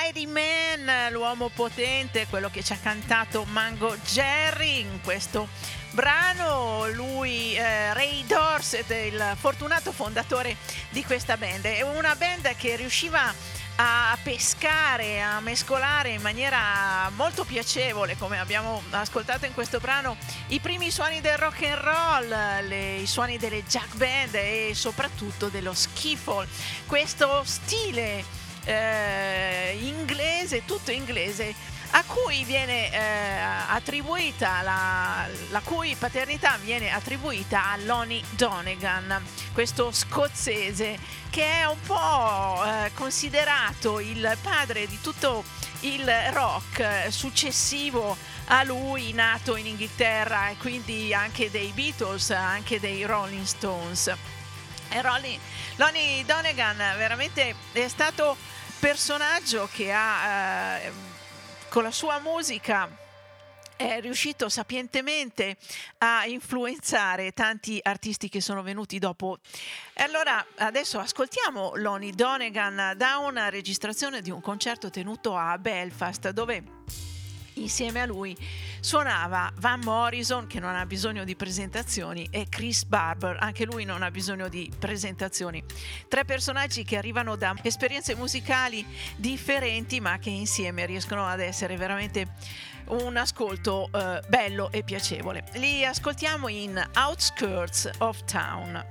[SPEAKER 1] Mighty Man, l'uomo potente, quello che ci ha cantato Mango Jerry in questo brano. Lui, Ray Dorset, il fortunato fondatore di questa band. È una band che riusciva a pescare, a mescolare in maniera molto piacevole, come abbiamo ascoltato in questo brano, i primi suoni del rock and roll, i suoni delle jack band e soprattutto dello skiffle, questo stile inglese, tutto inglese, a cui viene attribuita la cui paternità viene attribuita a Lonnie Donegan, questo scozzese che è un po' considerato il padre di tutto il rock successivo a lui, nato in Inghilterra, e quindi anche dei Beatles, anche dei Rolling Stones. E Lonnie Donegan veramente è stato personaggio che ha con la sua musica è riuscito sapientemente a influenzare tanti artisti che sono venuti dopo. E allora adesso ascoltiamo Lonnie Donegan da una registrazione di un concerto tenuto a Belfast, dove insieme a lui suonava Van Morrison, che non ha bisogno di presentazioni, e Chris Barber, anche lui non ha bisogno di presentazioni. Tre personaggi che arrivano da esperienze musicali differenti, ma che insieme riescono ad essere veramente un ascolto bello e piacevole. Li ascoltiamo in Outskirts of Town.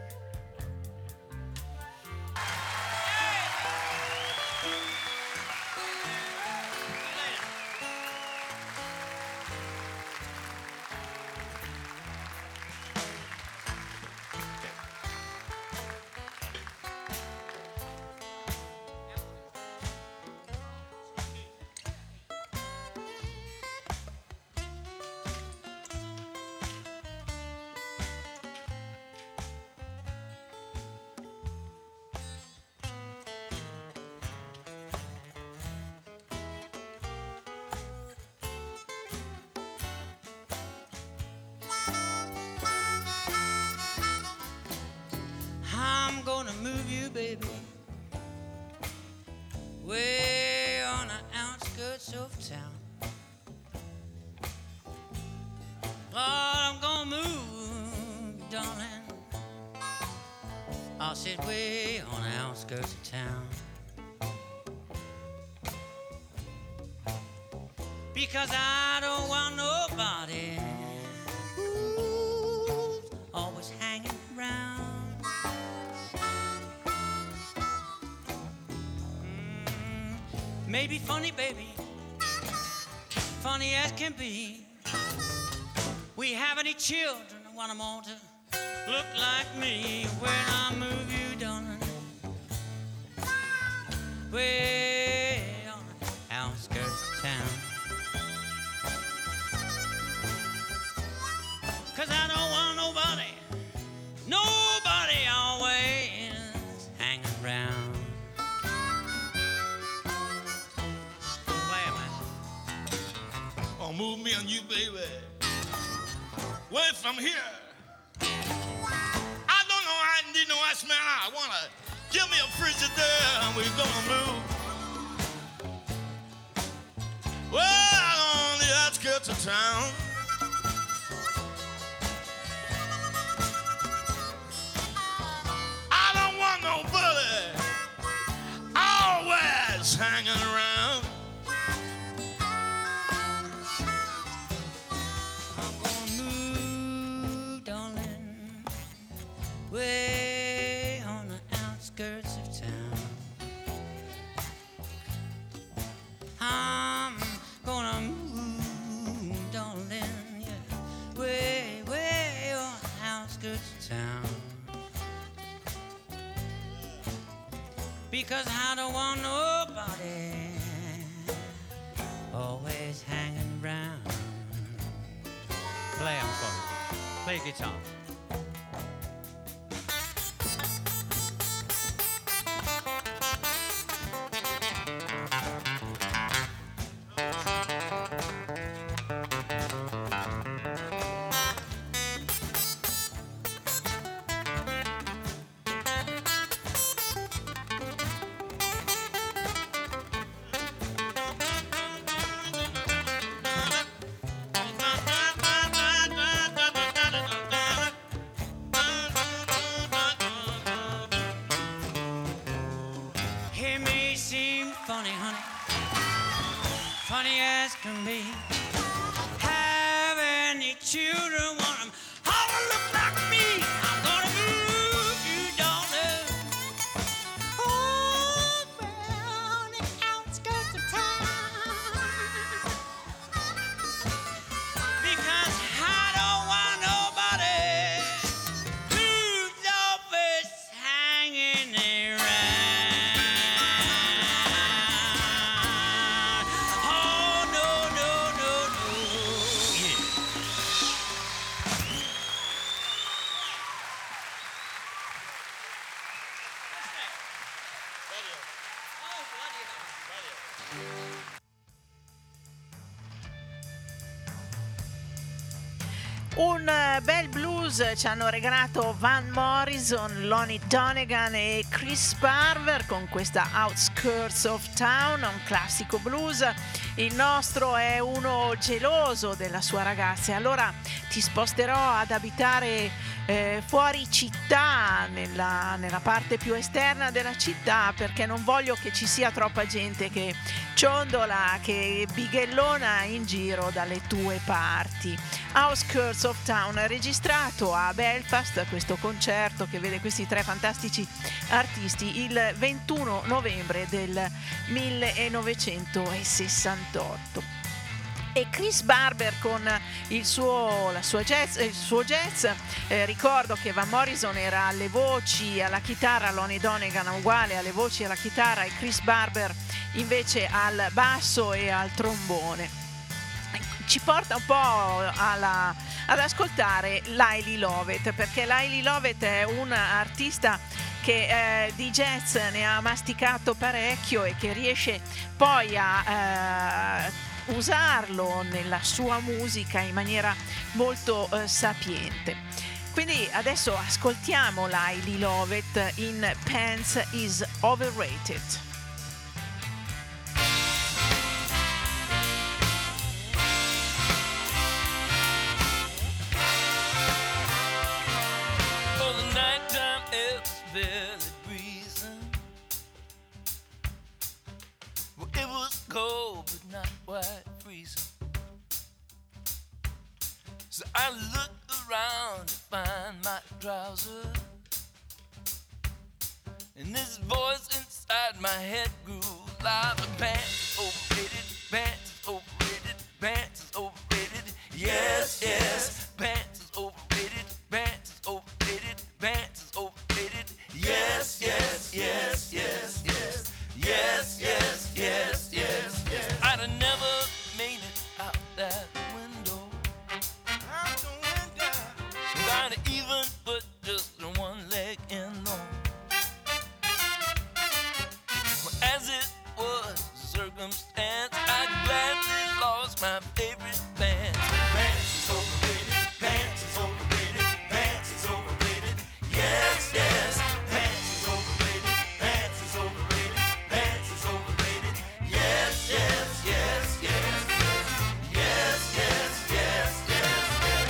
[SPEAKER 5] Gonna move you, baby, way on the outskirts of town. Lord, I'm gonna move, darling. I'll sit way on the outskirts of town, because I don't want nobody who's always hanging around. Maybe funny, baby, funny as can be. We have any children, I want them all to look like me when I move you, darling, way on the outskirts of town. 'Cause I don't want nobody always hanging around.
[SPEAKER 3] Move me and you, baby, way from here. I don't know, I need no ice man. I wanna give me a Frigidaire and we're gonna move well on the outskirts of town. I don't want nobody always hanging around.
[SPEAKER 5] Way on the outskirts of town. I'm gonna move, darling, yeah. Way on the outskirts of town. Because I don't want nobody always hanging around. Play on for me. Play guitar. funny as can be. Have any children, want them all to look like me. I'm gonna move you, daughter, around the outskirts of town. Because I don't want nobody who's always hanging around. Oh, no, no, no, no, yeah.
[SPEAKER 1] Un bel blues ci hanno regalato Van Morrison, Lonnie Donegan e Chris Barber con questa Outskirts of Town, un classico blues. Il nostro è uno geloso della sua ragazza e allora ti sposterò ad abitare fuori città, nella parte più esterna della città, perché non voglio che ci sia troppa gente che ciondola, che bighellona in giro dalle tue parti. Outskirts of Town, registrato a Belfast, questo concerto che vede questi tre fantastici artisti il 21 novembre del 1968. E Chris Barber con il suo jazz, ricordo che Van Morrison era alle voci, alla chitarra, Lonnie Donegan uguale alle voci e alla chitarra, e Chris Barber invece al basso e al trombone. Ci porta un po' ad ascoltare Lyle Lovett, perché Lyle Lovett è un artista che di jazz ne ha masticato parecchio e che riesce poi a usarlo nella sua musica in maniera molto sapiente. Quindi adesso ascoltiamo Lyle Lovett in Pants is Overrated.
[SPEAKER 6] For the nighttime it's barely breezing. Well, it was cold but not quite freezing. So I looked around to find my trousers, and this voice inside my head grew loud. Pants is overrated, pants is overrated, pants is overrated. Yes, yes, pants is overrated, pants is overrated, pants is overrated. Yes, yes, yes, yes, yes, yes, yes, yes, yes, yes. I'd have never made it out that window. Without even put just one leg in long. Well, as it was circumstance, I gladly lost my favorite pants. Pants is overrated, pants is overrated, pants is overrated. Yes, yes, pants is overrated, pants is overrated, pants is overrated. Yes, yes, yes, yes, yes, yes, yes, yes, yes, yes.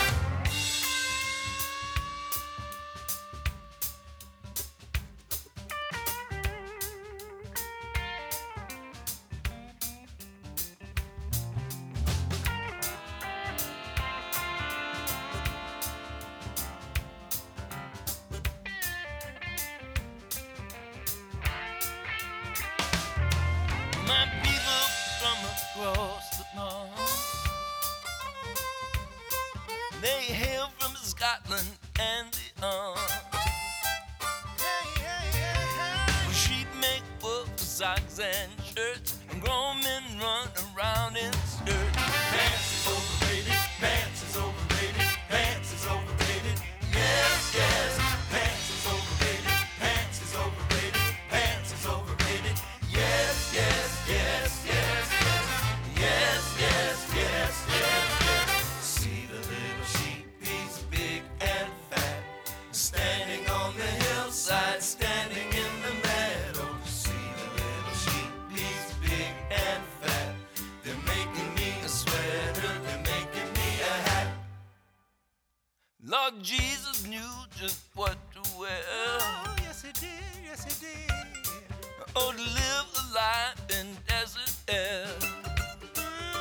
[SPEAKER 6] My people from across the pond, they hail from Scotland and beyond. Sheep make wool for socks and shirts, and grown men run around in skirts. Pants is overrated, pants is overrated, pants is overrated. Yes, yes, pants is overrated, pants is overrated, pants is overrated. Yes, yes, yes, yes, yes, yes, yes, yes, yes, yes. See the little sheep, he's big and fat, standing on the hillside, standing in the meadow. See the little sheep, he's big and fat. They're making me a sweater, they're making me a hat. Lord Jesus knew just what to wear.
[SPEAKER 2] Oh, yes, he did, yes, he did.
[SPEAKER 6] Oh, to live a life in desert air.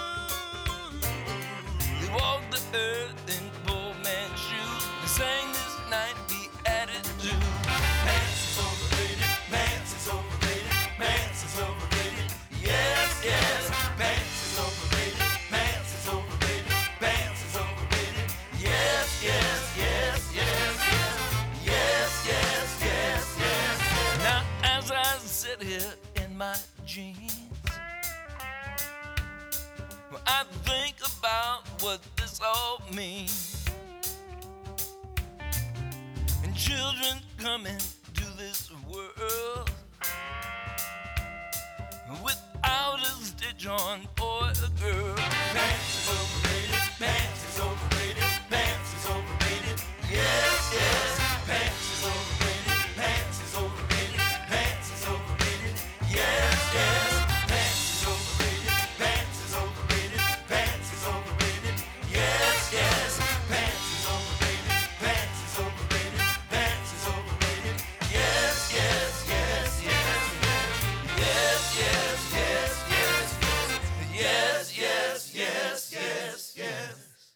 [SPEAKER 6] sang this night be added to. Pants is overrated, pants is overrated, pants is overrated. Yes, yes, pants is overrated, pants is overrated, pants is overrated. Yes, yes, yes, yes, yes, yes, yes, yes, yes. Now as I sit here in my jeans, I think about what this all means. And children coming to this world without a stitch on boy or girl. Pants is overrated, pants is overrated, pants is overrated. Yes, yes, pants is overrated, pants is overrated, pants is overrated. Yes, yes, pants is overrated, pants is overrated, pants is overrated. Yes, yes, pants is overrated, pants is overrated, pants is overrated. Yes, yes, yes, yes, yes, yes, yes, yes, yes, yes, yes, yes, yes.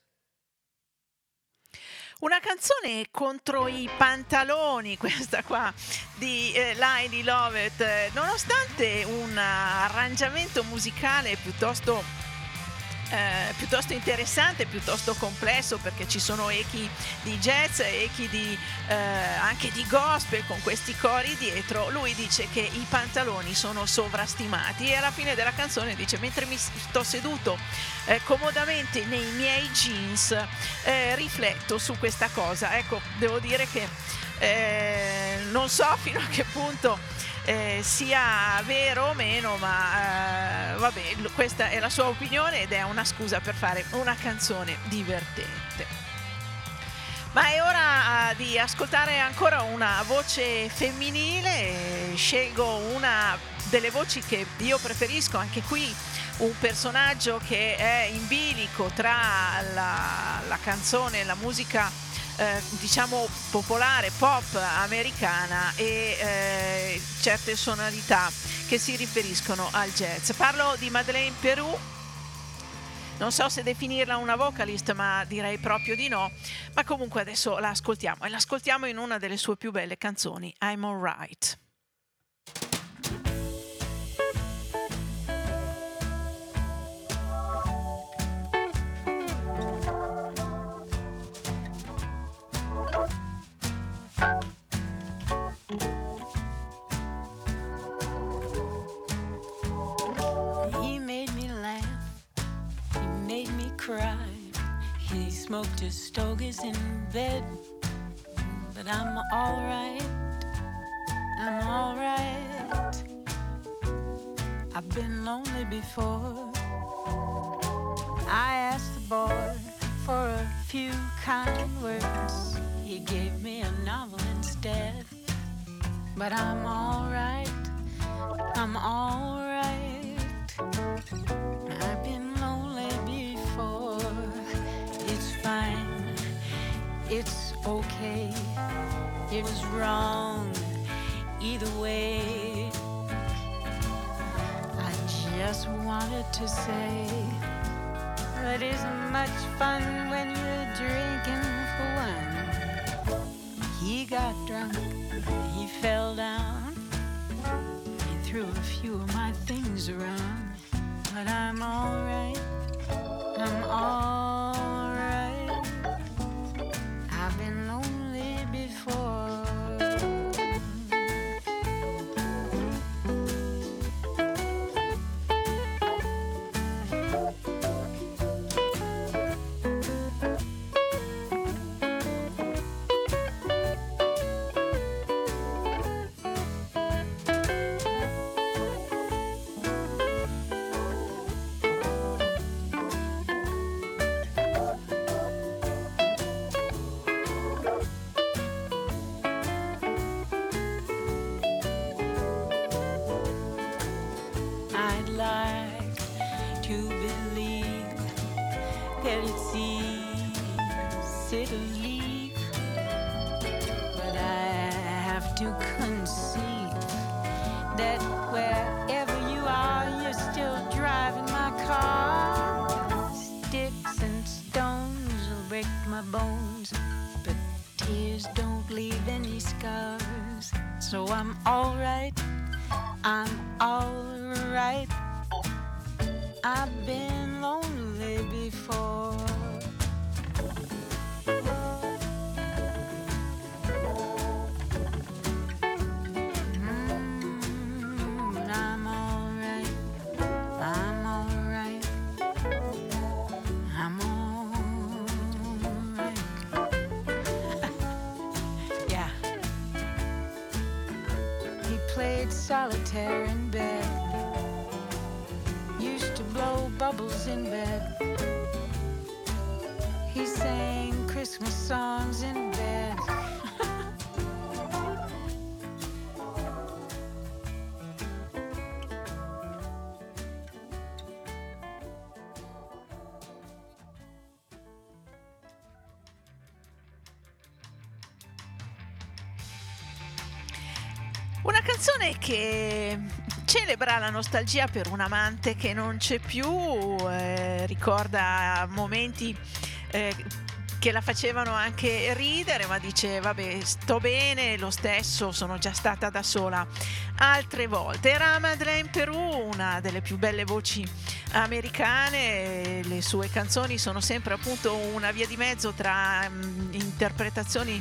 [SPEAKER 1] Una canzone contro i pantaloni, questa qua di Lady Lovett, nonostante un arrangiamento musicale piuttosto interessante, piuttosto complesso, perché ci sono echi di jazz, echi di, anche di gospel con questi cori dietro. Lui dice che i pantaloni sono sovrastimati e alla fine della canzone dice: mentre mi sto seduto comodamente nei miei jeans, rifletto su questa cosa. Ecco, devo dire che non so fino a che punto sia vero o meno, ma vabbè, questa è la sua opinione ed è una scusa per fare una canzone divertente. Ma è ora di ascoltare ancora una voce femminile. Scelgo una delle voci che io preferisco, anche qui un personaggio che è in bilico tra la canzone, la musica diciamo popolare, pop americana e certe sonorità che si riferiscono al jazz. Parlo di Madeleine Peru. Non so se definirla una vocalist, ma direi proprio di no. Ma comunque adesso la ascoltiamo e l'ascoltiamo in una delle sue più belle canzoni, I'm Alright.
[SPEAKER 7] He made me laugh, he made me cry. He smoked his stogies in bed, but I'm alright, I'm alright. I've been lonely before. I asked the boy for a few kind words. He gave me a novel instead, but I'm alright, I'm alright. I've been lonely before. It's fine, it's okay. It was wrong either way. I just wanted to say, it isn't much fun when you're drinking for one. He got drunk, he fell down, he threw a few of my things around. But I'm alright, I'm alright. I've been lonely before. I'd like to believe that it's easy to leave, but I have to concede that wherever you are, you're still driving my car. Sticks and stones will break my bones, but tears don't leave any scars. So I'm alright, I'm alright. I've been lonely before. I'm alright, I'm alright, I'm alright. Yeah. He played solitaire in bed. Used to blow bubbles in bed. He sang Christmas songs in bed.
[SPEAKER 1] Una canzone che celebra la nostalgia per un amante che non c'è più, ricorda momenti che la facevano anche ridere, ma dice vabbè, sto bene lo stesso, sono già stata da sola altre volte. Era Madeleine Peru, una delle più belle voci americane. Le sue canzoni sono sempre appunto una via di mezzo tra interpretazioni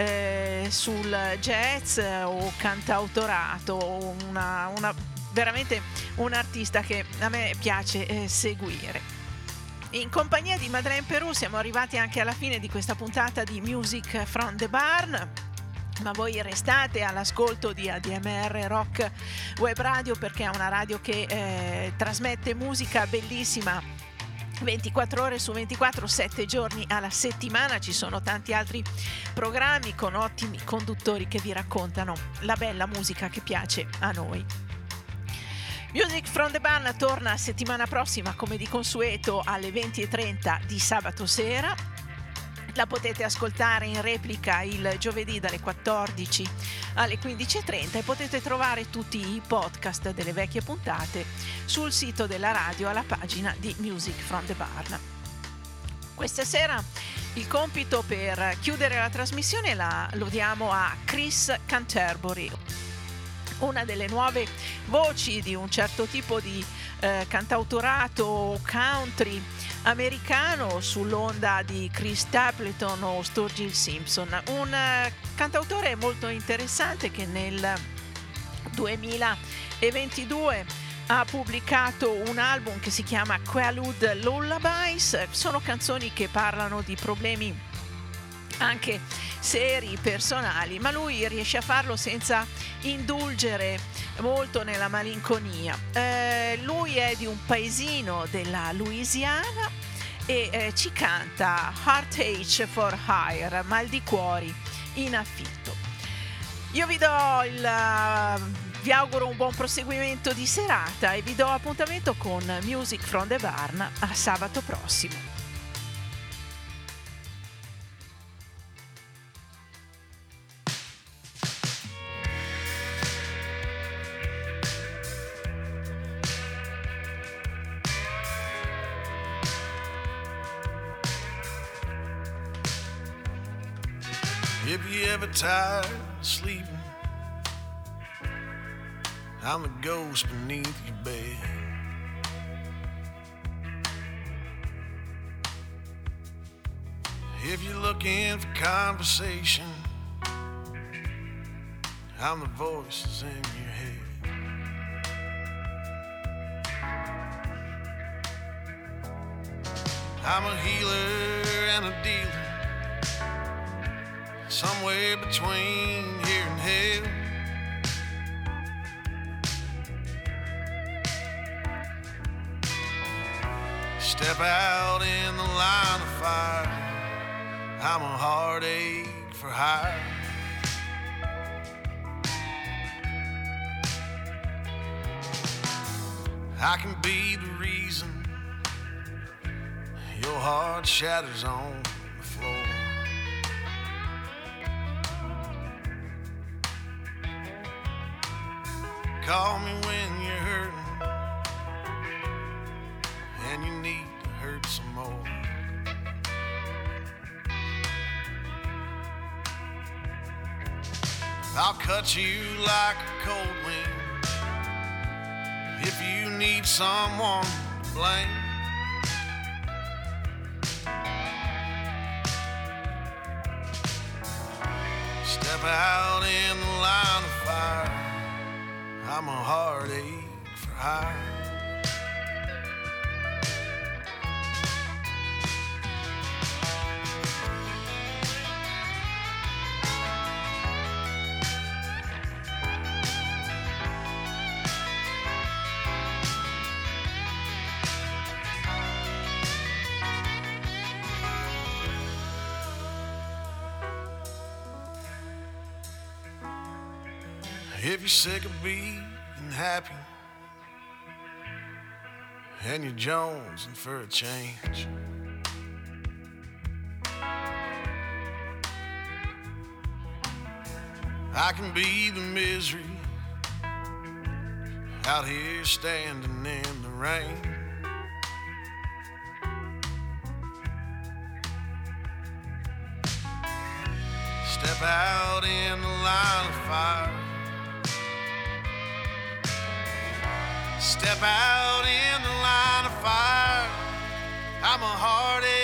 [SPEAKER 1] sul jazz o cantautorato, veramente un artista che a me piace seguire. In compagnia di Madeleine Peru siamo arrivati anche alla fine di questa puntata di Music from the Barn, ma voi restate all'ascolto di ADMR Rock Web Radio, perché è una radio che trasmette musica bellissima 24 ore su 24, 7 giorni alla settimana. Ci sono tanti altri programmi con ottimi conduttori che vi raccontano la bella musica che piace a noi. Music from the Barn torna settimana prossima come di consueto alle 20:30 di sabato sera. La potete ascoltare in replica il giovedì dalle 14 alle 15:30 e potete trovare tutti i podcast delle vecchie puntate sul sito della radio alla pagina di Music from the Barn. Questa sera il compito per chiudere la trasmissione lo diamo a Chris Canterbury, una delle nuove voci di un certo tipo di cantautorato country americano sull'onda di Chris Stapleton o Sturgill Simpson, un cantautore molto interessante che nel 2022 ha pubblicato un album che si chiama Quaalude Lullabies. Sono canzoni che parlano di problemi anche seri, personali, ma lui riesce a farlo senza indulgere molto nella malinconia. Lui è di un paesino della Louisiana e ci canta Heartache for Hire, mal di cuori in affitto. Io vi auguro un buon proseguimento di serata e vi do appuntamento con Music from the Barn a sabato prossimo.
[SPEAKER 3] If you ever tired of sleeping, I'm the ghost beneath your bed. If you're looking for conversation, I'm the voices in your head. I'm a healer and a dealer, somewhere between here and hell. Step out in the line of fire, I'm a heartache for hire. I can be the reason your heart shatters on the floor. Call me when you're hurting and you need to hurt some more. I'll cut you like a cold wind if you need someone to blame. Step out in the line of fire, I'm a heartache for hire. If you're sick of being happy and you're jonesing for a change, I can be the misery out here standing in the rain. Step out in the line of fire, step out in the line of fire, I'm a heartache